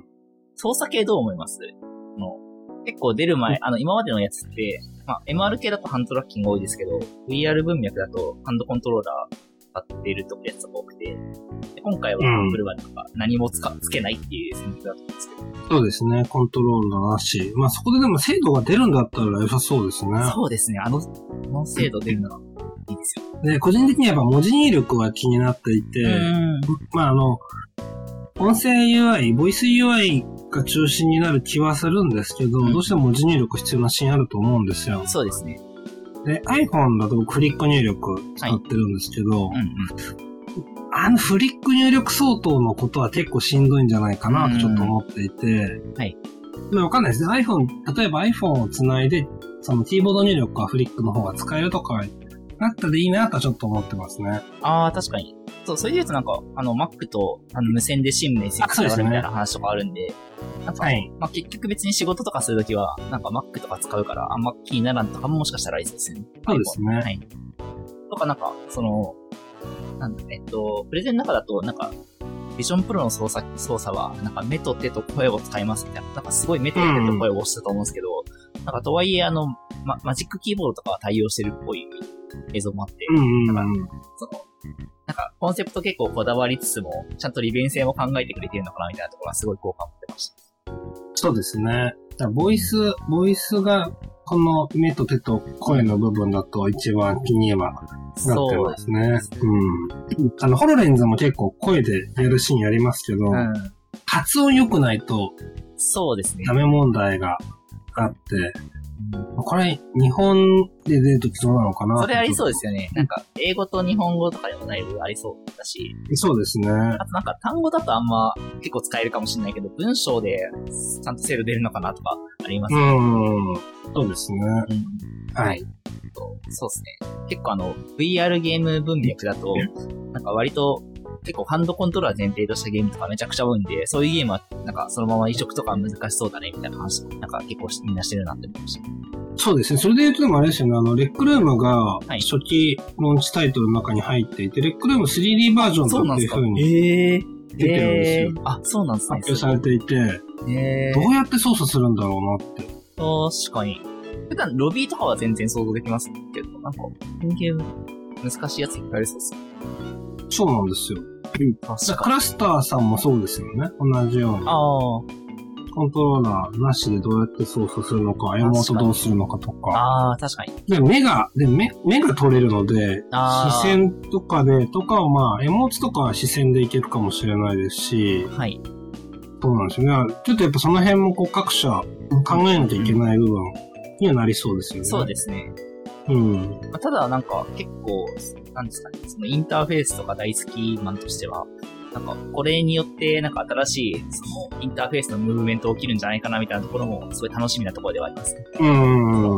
操作系どう思います？の結構出る前、あの、今までのやつって、まあ、エムアール 系だとハンドトラッキング多いですけど、ブイアール 文脈だとハンドコントローラー使っているとやつが多くて、で今回はアップルはなんか何もつかつけないっていう選択だと思うんですけど。 そうですね。コントローラーなし。まあ、そこででも精度が出るんだったら良さそうですね。 そうですね。あの、あの精度出るのがいいですよ。 で、個人的にはやっぱ文字入力は気になっていて、まあ、あの、音声 ユーアイ、ボイス ユーアイ が中心になる気はするんですけど、うん、どうしても文字入力必要なシーンあると思うんですよ。 そうですね。 で、iPhone だとクリック入力使ってるんですけど、はいうんうん、あのフリック入力相当のことは結構しんどいんじゃないかなとちょっと思っていて、うんはい。でわかんないですね。iPhone、例えば iPhone をつないで、そのキーボード入力はフリックの方が使えるとか、なったでいいなとはちょっと思ってますね。 ああ、確かに。そう、それで言うとなんか、あの、Mac とあの無線でシームレスにつながるみたいな話とかあるんで、なんか、はい、まあ、結局別に仕事とかするときは、なんか Mac とか使うから、あんま気にならんとかももしかしたらいいですね。 そうですね。 はい。とかなんか、その、なんだ、えっと、プレゼンの中だと、なんか、ビジョンプロの操作、操作は、なんか目と手と声を使いますみたいな、なんかすごい目と手と声を押したと思うんですけど、うん、なんかとはいえ、あの、ま、マジックキーボードとかは対応してるっぽい映像もあって、 うんうんうん、 なんか、その、なんか、コンセプト結構こだわりつつも、ちゃんと利便性も考えてくれてるのかなみたいなところはすごい効果を持ってました。 そうですね。だボイス、ボイスが、この目と手と声の部分だと一番気にはなってますね。ううん。あの、ホロレンズも結構声でやるシーンやりますけど、うん、発音良くないと、 そうですね。 ダメ問題があって、これ、日本で出るときどうなのかな？ それありそうですよね。なんか、英語と日本語とかでもだいぶありそうだし。 そうですね。 あとなんか、単語だとあんま結構使えるかもしれないけど、文章でちゃんと精度出るのかなとかありますね。 うん。そうですね。うん、はい。 そうですね。結構あの、ブイアール ゲーム文脈だと、なんか割と、結構ハンドコントローラー前提としたゲームとかめちゃくちゃ多いんで、そういうゲームはなんかそのまま移植とか難しそうだねみたいな話、なんか結構みんなしてるなって思いました。 そうですね。それで言うとでもあれですよね。あの、レックルームが初期ローンチタイトルの中に入っていて、はい、レックルーム スリーディー バージョンだっていう風に出てるんですよ。 えー、あ、そうなんですね。 発表されていて、えー、どうやって操作するんだろうなって。 確かに。普段ロビーとかは全然想像できますけど、なんか、人間難しいやついっぱいありそうです。 そうなんですよ。クラスターさんもそうですよね。同じように。あコントローラーなしでどうやって操作するのか、エモートどうするのかとか。 ああ、確かに。 で、目が、で、目、目が取れるので、視線とかで、とかはまあ、エモートとかは視線でいけるかもしれないですし。 はい。 そうなんですよね。ちょっとやっぱその辺もこう各社考えなきゃいけない部分にはなりそうですよね。 そうですね。 うん。 まあ、ただなんか結構、なんですかね、そのインターフェースとか大好きマンとしては、なんかこれによってなんか新しいそのインターフェースのムーブメント起きるんじゃないかなみたいなところもすごい楽しみなところではありますね。 うん。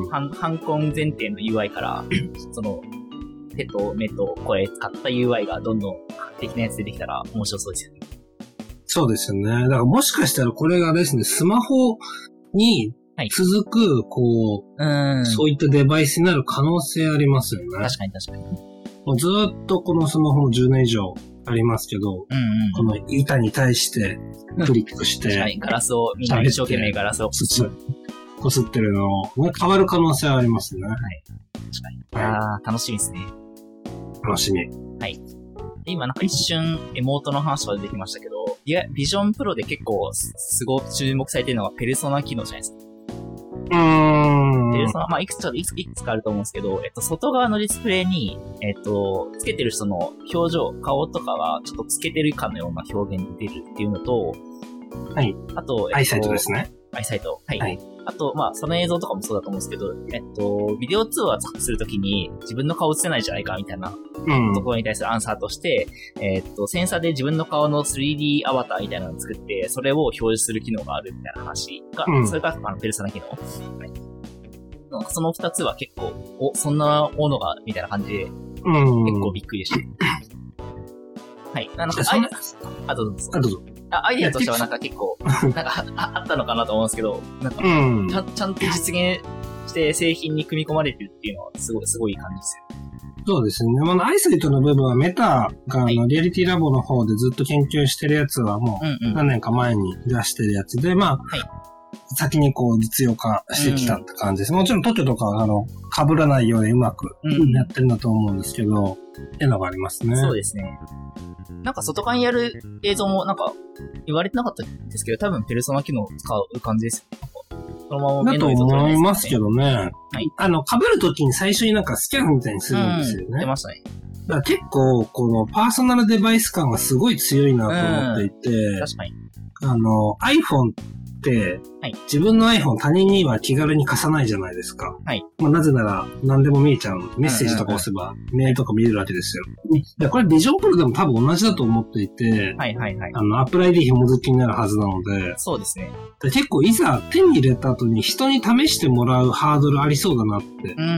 ハン、ハンコン前提の ユーアイ から、その手と目と声使った ユーアイ がどんどん画期的なやつ出てきたら面白そうですよね。 そうですよね。だからもしかしたらこれがですね、スマホに続く、こう、はい、そういったデバイスになる可能性ありますよね。 確かに確かに。 もうずっとこのスマホもじゅうねん以上ありますけど、うんうん、この板に対してクリックして、 確かにガラスを、みんな一生懸命ガラスをこすこすってるのが変わる可能性はありますね。はい。 確かに。はい、ああ、楽しみですね。 楽しみ。 はい。今なんか一瞬エモートの話が出てきましたけど、いや、ビジョンプロで結構すごく注目されてるのがペルソナ機能じゃないですか。 うーん。 ペルソナ、まあ、いくつ、ちょっといくついくつかあると思うんですけど、えっと、外側のディスプレイに、えっと、つけてる人の表情、顔とかがちょっとつけてるかのような表現に出るっていうのと、 はい。 あと、えっと、 アイサイトですね。 アイサイト。はい。 はい。 あと、まあ、その映像とかもそうだと思うんですけど、えっと、ビデオ通話するときに自分の顔映せないじゃないかみたいなところに対するアンサーとして、うん、えっと、センサーで自分の顔の スリーディー アバターみたいなのを作って、それを表示する機能があるみたいな話が、うん、それがあのペルソナ機能。はい。その二つは結構、お、そんなものが、みたいな感じで、うん、結構びっくりした。はい。なんか、あ、あ、どうぞ。 あ、どうぞ。 あ、アイデアとしてはなんか結構、なんかあ、あったのかなと思うんですけど、なんか、うん、ちゃん、ちゃんと実現して製品に組み込まれてるっていうのは、すごい、すごい感じですよ。 そうですね。まあ、アイサイトの部分はメタが、あの、リアリティラボの方でずっと研究してるやつはもう、何年か前に出してるやつで、まあ、はい、先にこう実用化してきたって感じです。うん、もちろん特許とかあの被らないようにうまくやってるんだと思うんですけど、っていうのがありますね。 そうですね。なんか外側にやる映像もなんか言われてなかったんですけど、多分ペルソナ機能を使う感じですよ。そのまま目の映像撮れますね。だと思いますけどね。はい。あの、被るときに最初になんかスキャンみたいにするんですよね。うん、 出ましたね。 だから結構、このパーソナルデバイス感がすごい強いなと思っていて、 うん、確かに。 あの、iPhone って、はい、自分の iPhone 他人には気軽に貸さないじゃないですか。はい。まあ、なぜなら何でも見えちゃう。メッセージとか押せば、メールとか見れるわけですよ。で、これビジョンプロでも多分同じだと思っていて、はいはいはい。あの、Apple アイディー 紐付きになるはずなので、 そうですね。 で結構いざ手に入れた後に人に試してもらうハードルありそうだなって。うん。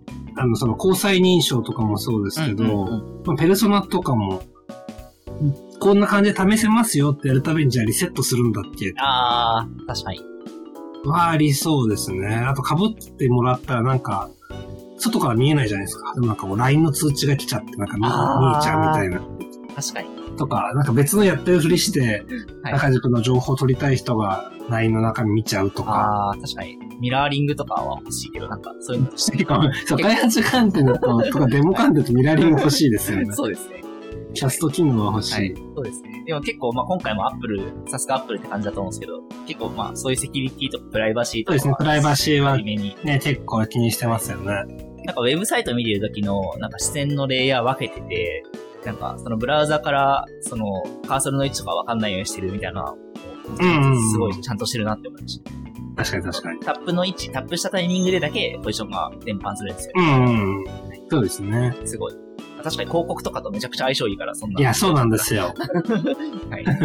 あの、その交際認証とかもそうですけど、うんうんうん、まあ、ペルソナとかも、こんな感じで試せますよってやるたびにじゃあリセットするんだっけ？ あー、確かに。 はありそうですね。あと被ってもらったらなんか、外から見えないじゃないですか。でもなんかもう ライン の通知が来ちゃってなんか見えちゃうみたいな。 確かに。 とか、なんか別のやってるふりして、はい、中軸の情報を取りたい人が ライン の中身見ちゃうとか。 ああ、確かに。ミラーリングとかは欲しいけど、なんかそういうのしてそう、開発観点だと、とかデモ観点とミラーリング欲しいですよね。 そうですね。 キャスト機能は欲しい。はい、 そうですね。でも結構、まあ今回もアップル、さすがアップルって感じだと思うんですけど、結構まあそういうセキュリティとかプライバシーとか。 そうですね、プライバシーはね、結構気にしてますよね。 なんかウェブサイト見てる時の、なんか視線のレイヤー分けてて、なんかそのブラウザからそのカーソルの位置とか分かんないようにしてるみたいな、すごいちゃんとしてるなって思いました。 確かに確かに。 タップの位置、タップしたタイミングでだけポジションが伝播するんですよ。 うんうん。そうですね。 すごい。確かに広告とかとめちゃくちゃ相性いいから、そんな。 いや、そうなんですよ。 はい。はい。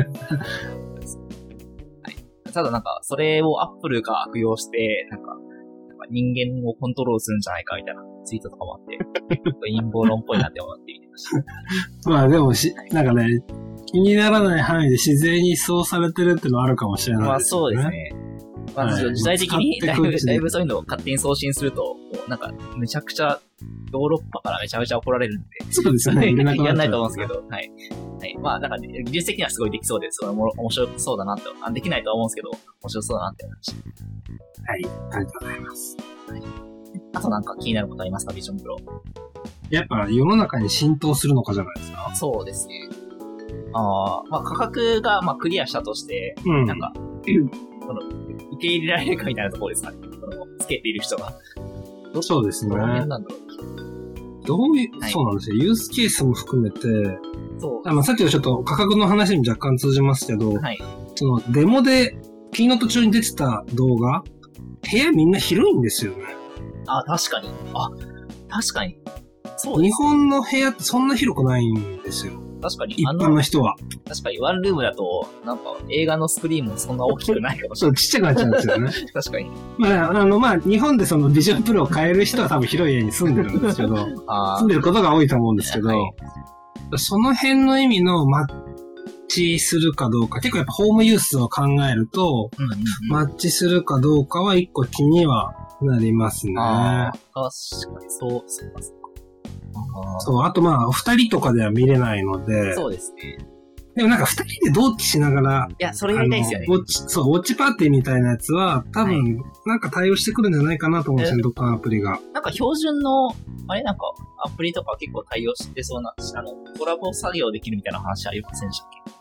ただなんか、それをアップルが悪用して、なんか、人間をコントロールするんじゃないかみたいなツイートとかもあって、陰謀論っぽいなって思って見てました。 まあでもし、なんかね、気にならない範囲で自然にそうされてるっていうのはあるかもしれないですね。まあそうですね。 まあ、時代的にだいぶ、だいぶそういうのを勝手に送信すると、もうなんか、めちゃくちゃ、ヨーロッパからめちゃめちゃ怒られるんで。 そうですね。 やんないと思うんですけど、はい。はい。まあ、なんか、ね、技術的にはすごいできそうで、それも面白そうだなって、あ、できないとは思うんですけど、面白そうだなって思いました。 はい。ありがとうございます。はい。 あとなんか気になることありますか、ビジョンプロ。 やっぱ世の中に浸透するのかじゃないですか。 そうですね。ああ、まあ価格がまあクリアしたとして、うん、なんか、その受け入れられるかみたいなところですかね。そのつけている人が。 そうですね。 どうなんだろう。 どういう、はい、そうなんですよ。ユースケースも含めて、そう。あの、さっきのちょっと価格の話に若干通じますけど、はい。そのデモで、キーノート中に出てた動画、部屋みんな広いんですよね。 あ、確かに。あ、確かに。 そうです。日本の部屋ってそんな広くないんですよ。 確かに。 一般の人は。 確かに、ワンルームだと、なんか、映画のスクリーンもそんな大きくないかもしれない。 そう、ちっちゃくなっちゃうんですよね。 確かに。 まあ、あの、まあ、日本でそのビジョンプロを変える人は多分広い家に住んでるんですけど、住んでることが多いと思うんですけど、はい、その辺の意味のマッチするかどうか、結構やっぱホームユースを考えると、うんうんうん、マッチするかどうかは一個気にはなりますね。 あ確かに、そう、そうか、そうか。 そう、あとまあ、二人とかでは見れないので。 そうですね。 でもなんか二人で同期しながら。 いや、それやりたいですよね。 ウォッチ、そう、ウォッチパーティーみたいなやつは、多分、なんか対応してくるんじゃないかなと思うんですよね、どっかのアプリが。 なんか標準の、あれなんか、アプリとか結構対応してそうな、あの、コラボ作業できるみたいな話ありませんでしたっけ？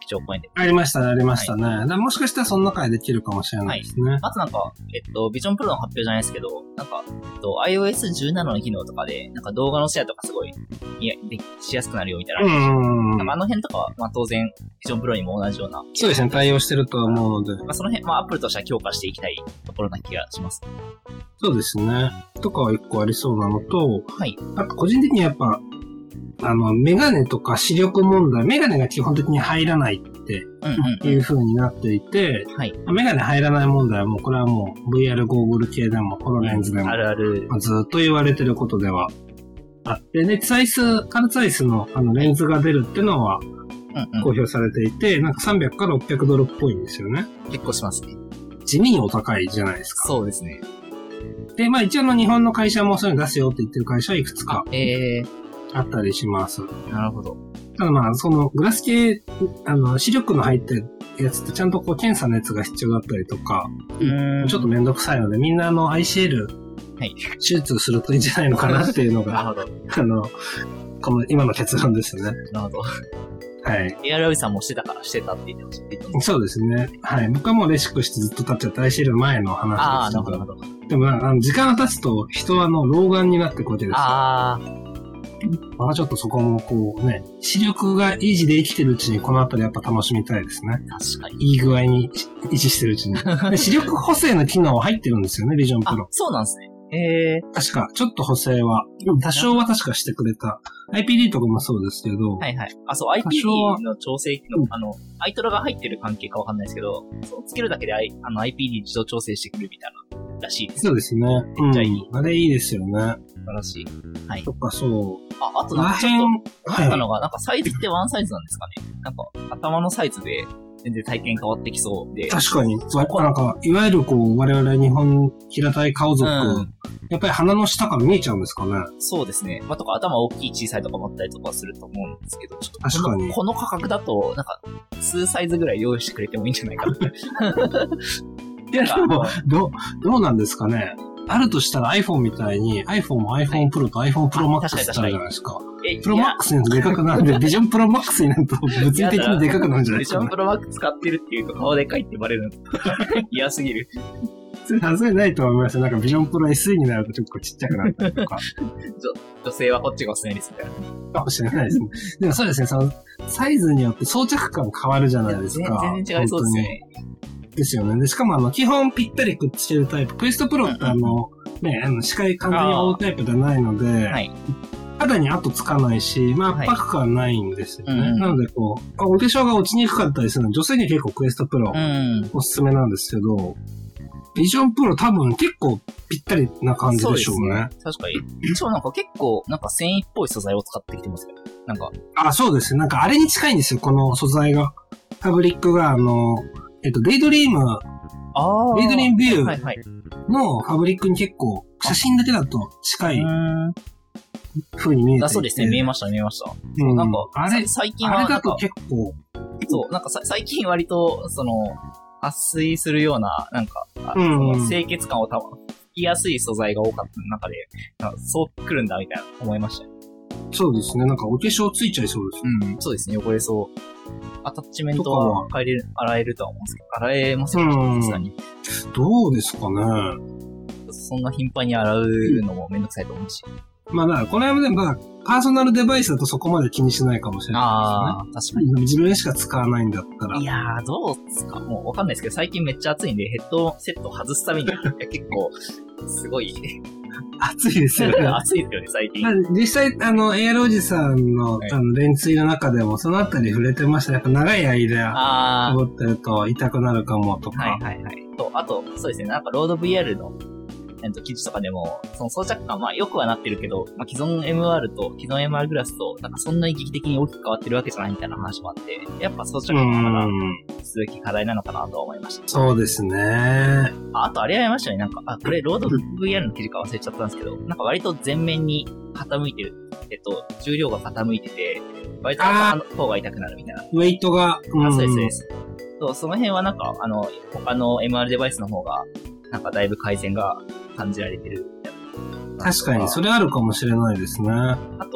町公園で。 ありましたね、ありましたね。はい、だからもしかしたらその中でできるかもしれないですね。はい、 あとなんか、えっと、ビジョンプロの発表じゃないですけど、なんか、えっと、アイオーエスじゅうなな の機能とかで、なんか動画のシェアとかすごい、いや、でしやすくなるよみたいな。うん。なんかあの辺とかは、まあ当然、ビジョンプロにも同じような。 そうですね、対応してるとは思うので。 まあその辺、まあアップルとしては強化していきたいところな気がします。 そうですね。とかは一個ありそうなのと、 はい。 あと個人的にやっぱ、あの、メガネとか視力問題、メガネが基本的に入らないっていう風になっていて、 はい。 メガネ入らない問題はもう、これはもう ブイアール ゴーグル系でも、ホロレンズでも、 あるある。 ずっと言われてることではあって、で、サイス、カルツアイスのあのレンズが出るっていうのは公表されていて、うんうん、なんかさんびゃくからろっぴゃくドルっぽいんですよね。 結構しますね。 地味にお高いじゃないですか。 そうですね。 で、まあ一応の日本の会社もそういうの出すよって言ってる会社はいくつか。 えー。 あったりします。 なるほど。 ただまあ、そのグラス系、あの、視力の入ってるやつってちゃんとこう検査のやつが必要だったりとか、うんちょっとめんどくさいので、みんなあの アイシーエル、はい、手術するといいんじゃないのかなっていうのが、 なるほど。 あの、この今の結論ですよね。 なるほど。 はい。 エアラウィさんもしてたからしてたって言ってました。 そうですね。はい。僕はもうレシックしてずっと経っちゃった アイシーエル の前の話です。 ああ、なるほど。なるほど。 でもあの時間が経つと人はあの老眼になっていくわけですよ。ああ。まあちょっとそこもこうね、視力が維持で生きてるうちにこのあたりやっぱ楽しみたいですね。 確かに。 いい具合に維持してるうちに。で視力補正の機能は入ってるんですよね、ビジョンプロ。 あ、そうなんですね。えー、確か、ちょっと補正は、多少は確かしてくれた。アイピーディー とかもそうですけど。 はいはい。あ、そう、アイピーディー の調整機能、あの、アイトラが入ってる関係かわかんないですけど、そうつけるだけで、I、あの アイピーディー 自動調整してくるみたいな。らしいです。 そうですね。めっちゃいい。あれいいですよね。 素晴らしい。はい。 そっか、そう。 あ、あとなんかちょっと、思ったのが、なんかサイズってワンサイズなんですかね。なんか、頭のサイズで、全然体験変わってきそうで。 確かに。なんか、いわゆるこう、我々日本平たい顔族、うん、やっぱり鼻の下から見えちゃうんですかね。 そうですね。まあ、とか頭大きい小さいとか持ったりとかすると思うんですけど、ちょっと確かに。 この価格だと、なんか、数サイズぐらい用意してくれてもいいんじゃないかな。 いや、でも、どう、どうなんですかね。あるとしたら iPhone みたいに iPhone も iPhone Pro と iPhone Pro Max ってあるじゃないですか。プロマックスになるとでかくなるんで、ビジョンプロマックスになると物理的にでかくなるんじゃないですか、ね。 ビジョンプロマックス使ってるっていうと顔でかいってバレるの嫌すぎる。 それはずれないと思いますよ。なんかビジョンプロ エスイー になるとちょっとちっちゃくなったりとか。 女性はこっちがおすすめですみたいな。 かもしれないですね。でもそうですね、そのサイズによって装着感変わるじゃないですか。 全然違いそうですね。 ですよね。で、しかもあの、基本ぴったりくっつけるタイプ。クエストプロってあの、ね、あの、視界完全に覆うタイプじゃないので、はい、肌に跡つかないし、まあ、圧迫感ないんですよね。はい、なので、こう、お化粧が落ちにくかったりするので、女性には結構クエストプロ、おすすめなんですけど、ビジョンプロ多分結構ぴったりな感じでしょうね。 うですね。確かに。しかもなんか結構、なんか繊維っぽい素材を使ってきてますけど、なんか。 あ、そうですね。なんかあれに近いんですよ、この素材が。ファブリックが、あの、えっと、デイドリーム、デイドリームビューのファブリックに結構、写真だけだと近い風に見えていて。 あ、そうですね。見えました、見えました。 うん、なんか、あれ、 最近はあれだと結構、 そう、なんかさ最近割と、その、撥水するような、なんか、 うん、 その清潔感をたま、きやすい素材が多かった中で、なんかそう来るんだみたいな思いましたね。 そうですね。なんかお化粧ついちゃいそうですね。うん、そうですね。汚れそう。アタッチメントは変えれる、洗えるとは思うんですけど、洗えますよね、さすがに。 どうですかね。 そんな頻繁に洗うのもめんどくさいと思うし。 まあだから、この辺で、まあ、パーソナルデバイスだとそこまで気にしないかもしれないですね。ああ、確かに。自分しか使わないんだったら。 いやー、どうですかもうわかんないですけど、最近めっちゃ暑いんで、ヘッドセット外すために、結構、すごい、 暑いですよね。 暑いですよね、最近。 実際、あの、エアロおじさんの、はい、あの、連追の中でも、そのあたり触れてました。やっぱ長い間、登ってると痛くなるかもとか。 はいはいはい。と、あと、そうですね、なんかロード ブイアール の、えっと、記事とかでも、その装着感、まあ、良くはなってるけど、まあ、既存 エムアール と、既存 エムアール グラスと、なんかそんなに劇的に大きく変わってるわけじゃないみたいな話もあって、やっぱ装着感はまだ、続き課題なのかなと思いました。 そうですね。 あ、あとあれありましたね、なんか、あ、これ、ロード ブイアール の記事か忘れちゃったんですけど、なんか割と前面に傾いてる、えっと、重量が傾いてて、割と頭の方が痛くなるみたいな。 ウェイトが、 うん、あ、そうです、そうです。そう、その辺はなんか、あの、他の エムアール デバイスの方が、なんかだいぶ改善が感じられてるみたいな。 確かに、それあるかもしれないですね。 あと、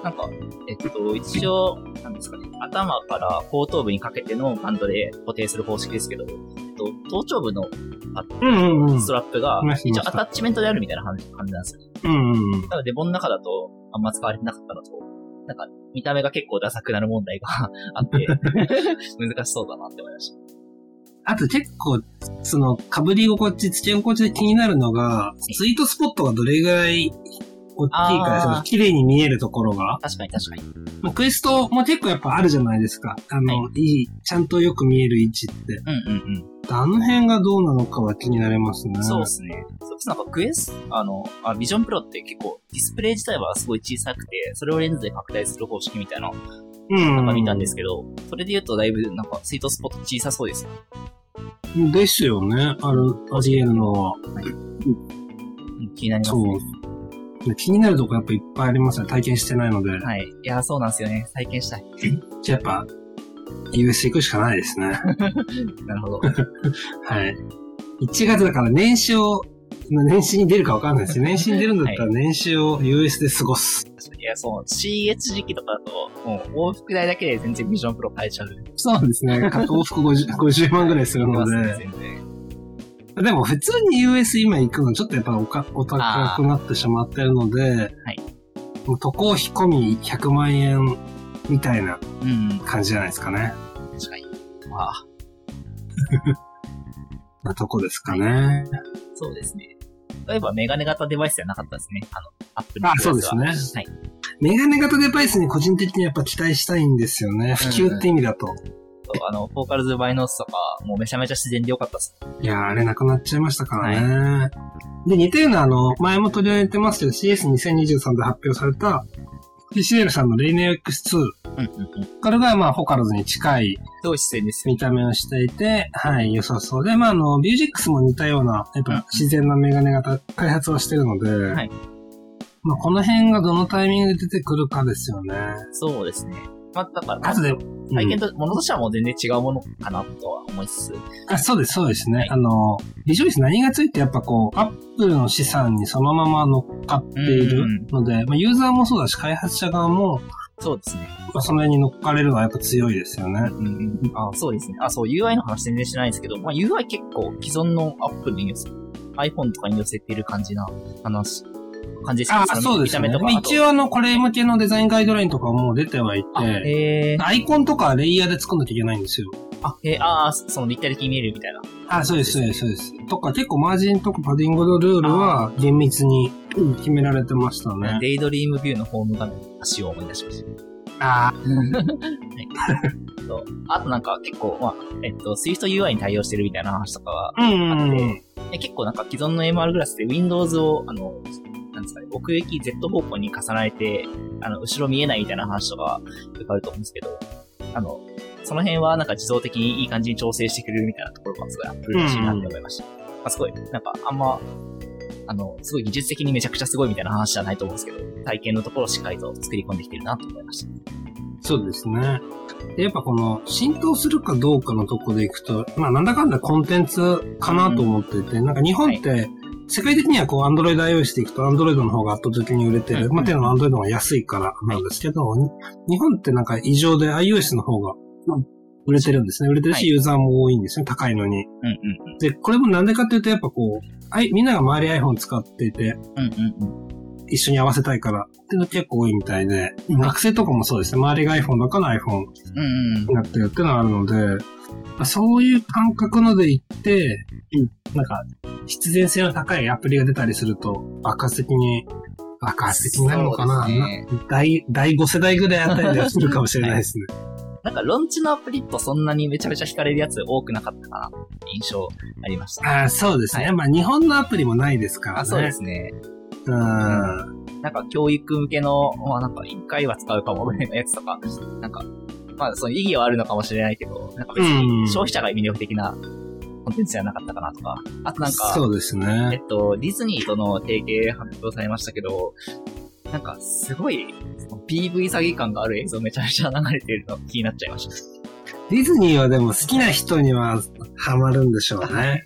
なんか、えっと、一応、なんですかね、頭から後頭部にかけてのバンドで固定する方式ですけど、えっと、頭頂部のうんうん、 ストラップが、一応アタッチメントであるみたいな感じなんですよね。 うんうん、 なので、ボンの中だとあんま使われてなかったのと、なんか、見た目が結構ダサくなる問題があって、難しそうだなって思いました。 あと結構、その、被り心地、付け心地で気になるのが、スイートスポットがどれぐらい大きいかですね。綺麗に見えるところが。 確かに確かに。 まあ、クエストも結構やっぱあるじゃないですか。あの、はい、いい、ちゃんとよく見える位置って。 うんうんうん。 あの辺がどうなのかは気になりますね。 そうですね。そうです。なんかクエスト、あの、あ、ビジョンプロって結構ディスプレイ自体はすごい小さくて、それをレンズで拡大する方式みたいな、うん、なんか見たんですけど、それで言うとだいぶなんかスイートスポット小さそうですね。ですよね。ある、あり得るのは。はい、 気になりますね。 そう。気になるとこやっぱいっぱいありますね。体験してないので。 はい。いや、そうなんですよね。体験したい。 じゃあやっぱ、ユーエス 行くしかないですね。 なるほど。 はい。いちがつだから年始を、年始に出るかわかんないですよ。年始に出るんだったら年始を ユーエス で過ごす。 いや、そう、シーエイチ 時期とかだと、もう往復代だけで全然ビジョンプロ買えちゃう。 そうですね。往復ごじゅう、ごじゅうまんぐらいするので。全然。でも普通に ユーエス 今行くのちょっとやっぱおかお高くなってしまってるので、はい。もう渡航費込みひゃくまんえんみたいな感じじゃないですかね。 うん、確かに。まあ。 なとこですかね、 はい。そうですね。例えばメガネ型デバイスじゃなかったですね。あの、アップルの。 あ、そうですね。はい。メガネ型デバイスに個人的にやっぱ期待したいんですよね。普及って意味だと。うんうん、 あの、フォーカルズバイノースとか、もうめちゃめちゃ自然でよかったっす。 いやー、あれなくなっちゃいましたからね。はい、で、似たようなあの、前も取り上げてますけど、シーエスにせんにじゅうさん で発表された、ティーシーエル さんのレイネオ エックスツー。うんうんうん、これがまあ、フォーカルズに近い。 そう姿勢です。 見た目をしていて、はい、良さそうで、まあ、あの、ビュージックスも似たような、やっぱ自然なメガネ型開発をしてるので、はい。まあ、この辺がどのタイミングで出てくるかですよね。 そうですね。まあ、だから、 あとで、 体験と、ものとしてはもう全然違うものかなとは思いつつ。 あ、そうです、そうですね。はい、あの、ビジョイス何がついてやっぱこう、アップルの資産にそのまま乗っかっているので、うんうん、まあ、ユーザーもそうだし、開発者側も、 そうですね。 まあ、その辺に乗っかれるのはやっぱ強いですよね。 うんうん。あ、そうですね。あ、そう、ユーアイ の話全然してないんですけど、まあ、ユーアイ 結構既存のアップルに寄せ、iPhone とかに寄せている感じな話。感じですか？ あ、そうですね。見た目とか。一応あの、これ向けのデザインガイドラインとかもう出てはいて、アイコンとかレイヤーで作んなきゃいけないんですよ。 あ、えー、あー、その立体的に見えるみたいな。 あ、そうです、そうです、そうです。とか結構マージンとかパディングのルールは厳密に決められてましたね。 デイドリームビューのホーム画面の足を思い出しました。 ああ。はい。 そう。あとなんか結構、まあ、えっと、Swift ユーアイ に対応してるみたいな話とかがあって、うんうん、結構なんか既存の エムアール グラスで Windows を、あの、なんですかね、奥行き Z 方向に重ねて、あの、後ろ見えないみたいな話とか、よくあると思うんですけど、あの、その辺はなんか自動的にいい感じに調整してくれるみたいなところがすごいアップルらしいなって思いました。うん、まあ、すごい、なんかあんま、あの、すごい技術的にめちゃくちゃすごいみたいな話じゃないと思うんですけど、体験のところをしっかりと作り込んできてるなと思いました。 そうですね。で、やっぱこの浸透するかどうかのところでいくと、まあなんだかんだコンテンツかなと思っていて、うん、なんか日本って、はい、世界的にはこう、Android 対応していくと Android の方が圧倒的に売れてる。うん、まあ、ていうのは Android の方が安いからなんですけど、はい、日本ってなんか異常で iOS の方が売れてるんですね。売れてるし、ユーザーも多いんですね。高いのに。うんうん、で、これもなんでかっていうと、やっぱこう、あいみんなが周り iPhone 使っていて、うんうんうん、一緒に合わせたいからっていうの結構多いみたいで、学生とかもそうですね。周りが iPhone だから iPhone になってるっていうのがあるので、そういう感覚ので言って、なんか、必然性の高いアプリが出たりすると、爆発的に、爆発的になるのかな、ね、第、第ご世代ぐらいあたりではするかもしれないですね。 なんか、ロンチのアプリとそんなにめちゃめちゃ惹かれるやつ多くなかったかなって印象ありました。 ああ、そうですね。はい、まあ、日本のアプリもないですからね。 あ、そうですね。 うん。 なんか、教育向けの、まあなんか、一回は使うかもぐらいのやつとか、なんか、まあ、その意義はあるのかもしれないけど、なんか別に消費者が魅力的なコンテンツじゃなかったかなとか。あとなんか、 そうですね。 えっと、ディズニーとの提携発表されましたけど、なんかすごい ピーブイ 詐欺感がある映像めちゃめちゃ流れてるの気になっちゃいました。 ディズニーはでも好きな人にはハマるんでしょうね。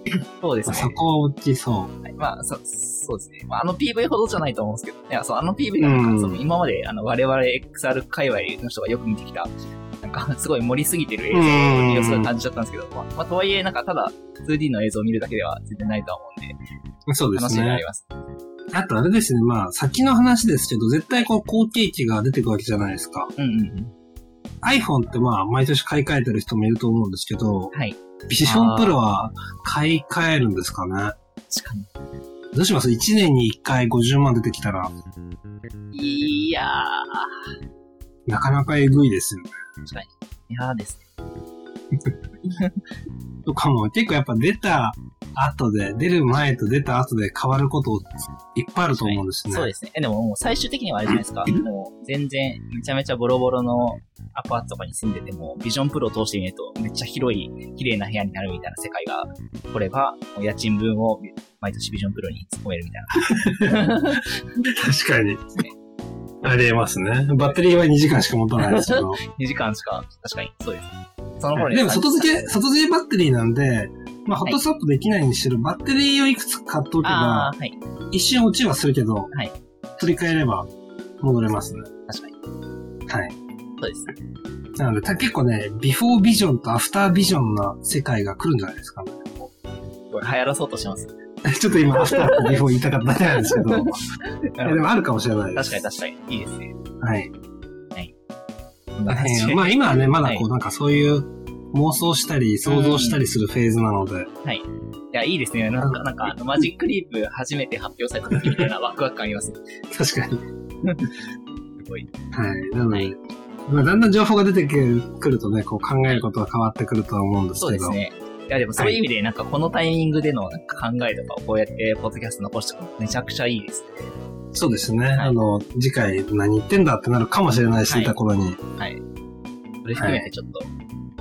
そうですね。 そこは落ちそう。 はい、まあ、そ、そうですね。まあ、あの ピーブイ ほどじゃないと思うんですけど、いや、そう、あの ピーブイ がなんか、その、今まで、あの、我々 エックスアール 界隈の人がよく見てきた、なんか、すごい盛りすぎてる映像の様子が感じちゃったんですけど、まあ、まあ、とはいえ、なんか、ただ、ツーディー の映像を見るだけでは全然ないとは思うんで、 そうですね。 楽しみになります。 あとあれですね、まあ、先の話ですけど、絶対こう、後継機が出てくるわけじゃないですか。 うんうんうん。 iPhone ってまあ、毎年買い替えてる人もいると思うんですけど、 はい。 ビジョンプロは買い替えるんですかね。 確かに。 どうします ?いち 年にいっかいごじゅうまん出てきたら。 いやー。なかなかえぐいですよね。 確かに。嫌ですね。 とかも結構やっぱ出た後で、出る前と出た後で変わることいっぱいあると思うんですね。 そうですね。え、でももう最終的にはあれじゃないですか。もう全然めちゃめちゃボロボロのアパートとかに住んでても、ビジョンプロを通してみるとめっちゃ広い、綺麗な部屋になるみたいな世界が来れば、もう家賃分を毎年ビジョンプロに突っ込めるみたいな。 確かに。ありえますね。バッテリーはにじかんしか持たないですけど。 にじかんしか、確かに、そうです。その頃に。 でも外付け、外付けバッテリーなんで、まあ、ホットスワップできないにしてる、はい、バッテリーをいくつか買っておけば、はい、一瞬落ちはするけど、はい、取り替えれば戻れますね。 確かに。 はい。 そうです。 なので、結構ね、ビフォービジョンとアフタービジョンな世界が来るんじゃないですかね。 これ流行らそうとします。 ちょっと今、アフターとビフォー言いたかっただけなんですけど。でもあるかもしれないです。 確かに確かに。いいですね。 はい。 はい。 まあ今はね、まだこう、なんかそういう妄想したり、想像したりするフェーズなので。 はい。いや、いいですね。なんか、なんか、あの、マジックリープ初めて発表された時みたいなワクワク感あります。 確かに。 すごい。 はい。なので、はい、まあ、だんだん情報が出てくるとね、こう考えることは変わってくるとは思うんですけど。 そうですね。いや、でもそういう意味で、なんかこのタイミングでのなんか考えとかをこうやってポッドキャスト残しておくのめちゃくちゃいいですね。 そうですね。はい、あの、次回何言ってんだってなるかもしれないし、はい、いた頃に。 はい。それ含めてちょっと、はい、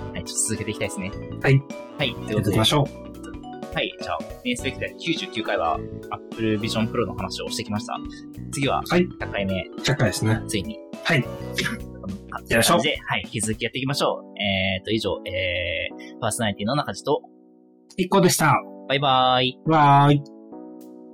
はい、ちょっと続けていきたいですね。 はい。 はい。ということで。 やっていきましょう。はい。じゃあ、記念すべきできゅうじゅうきゅうかいは Apple Vision Pro の話をしてきました。次は、ひゃっかいめ。ひゃっかいですね。 ついに。 はい。 やりましょう。はい。引き続きやっていきましょう。えーと、以上、えー、パーソナリティの中地と、 いっこでした。 バイバーイ。 バイ。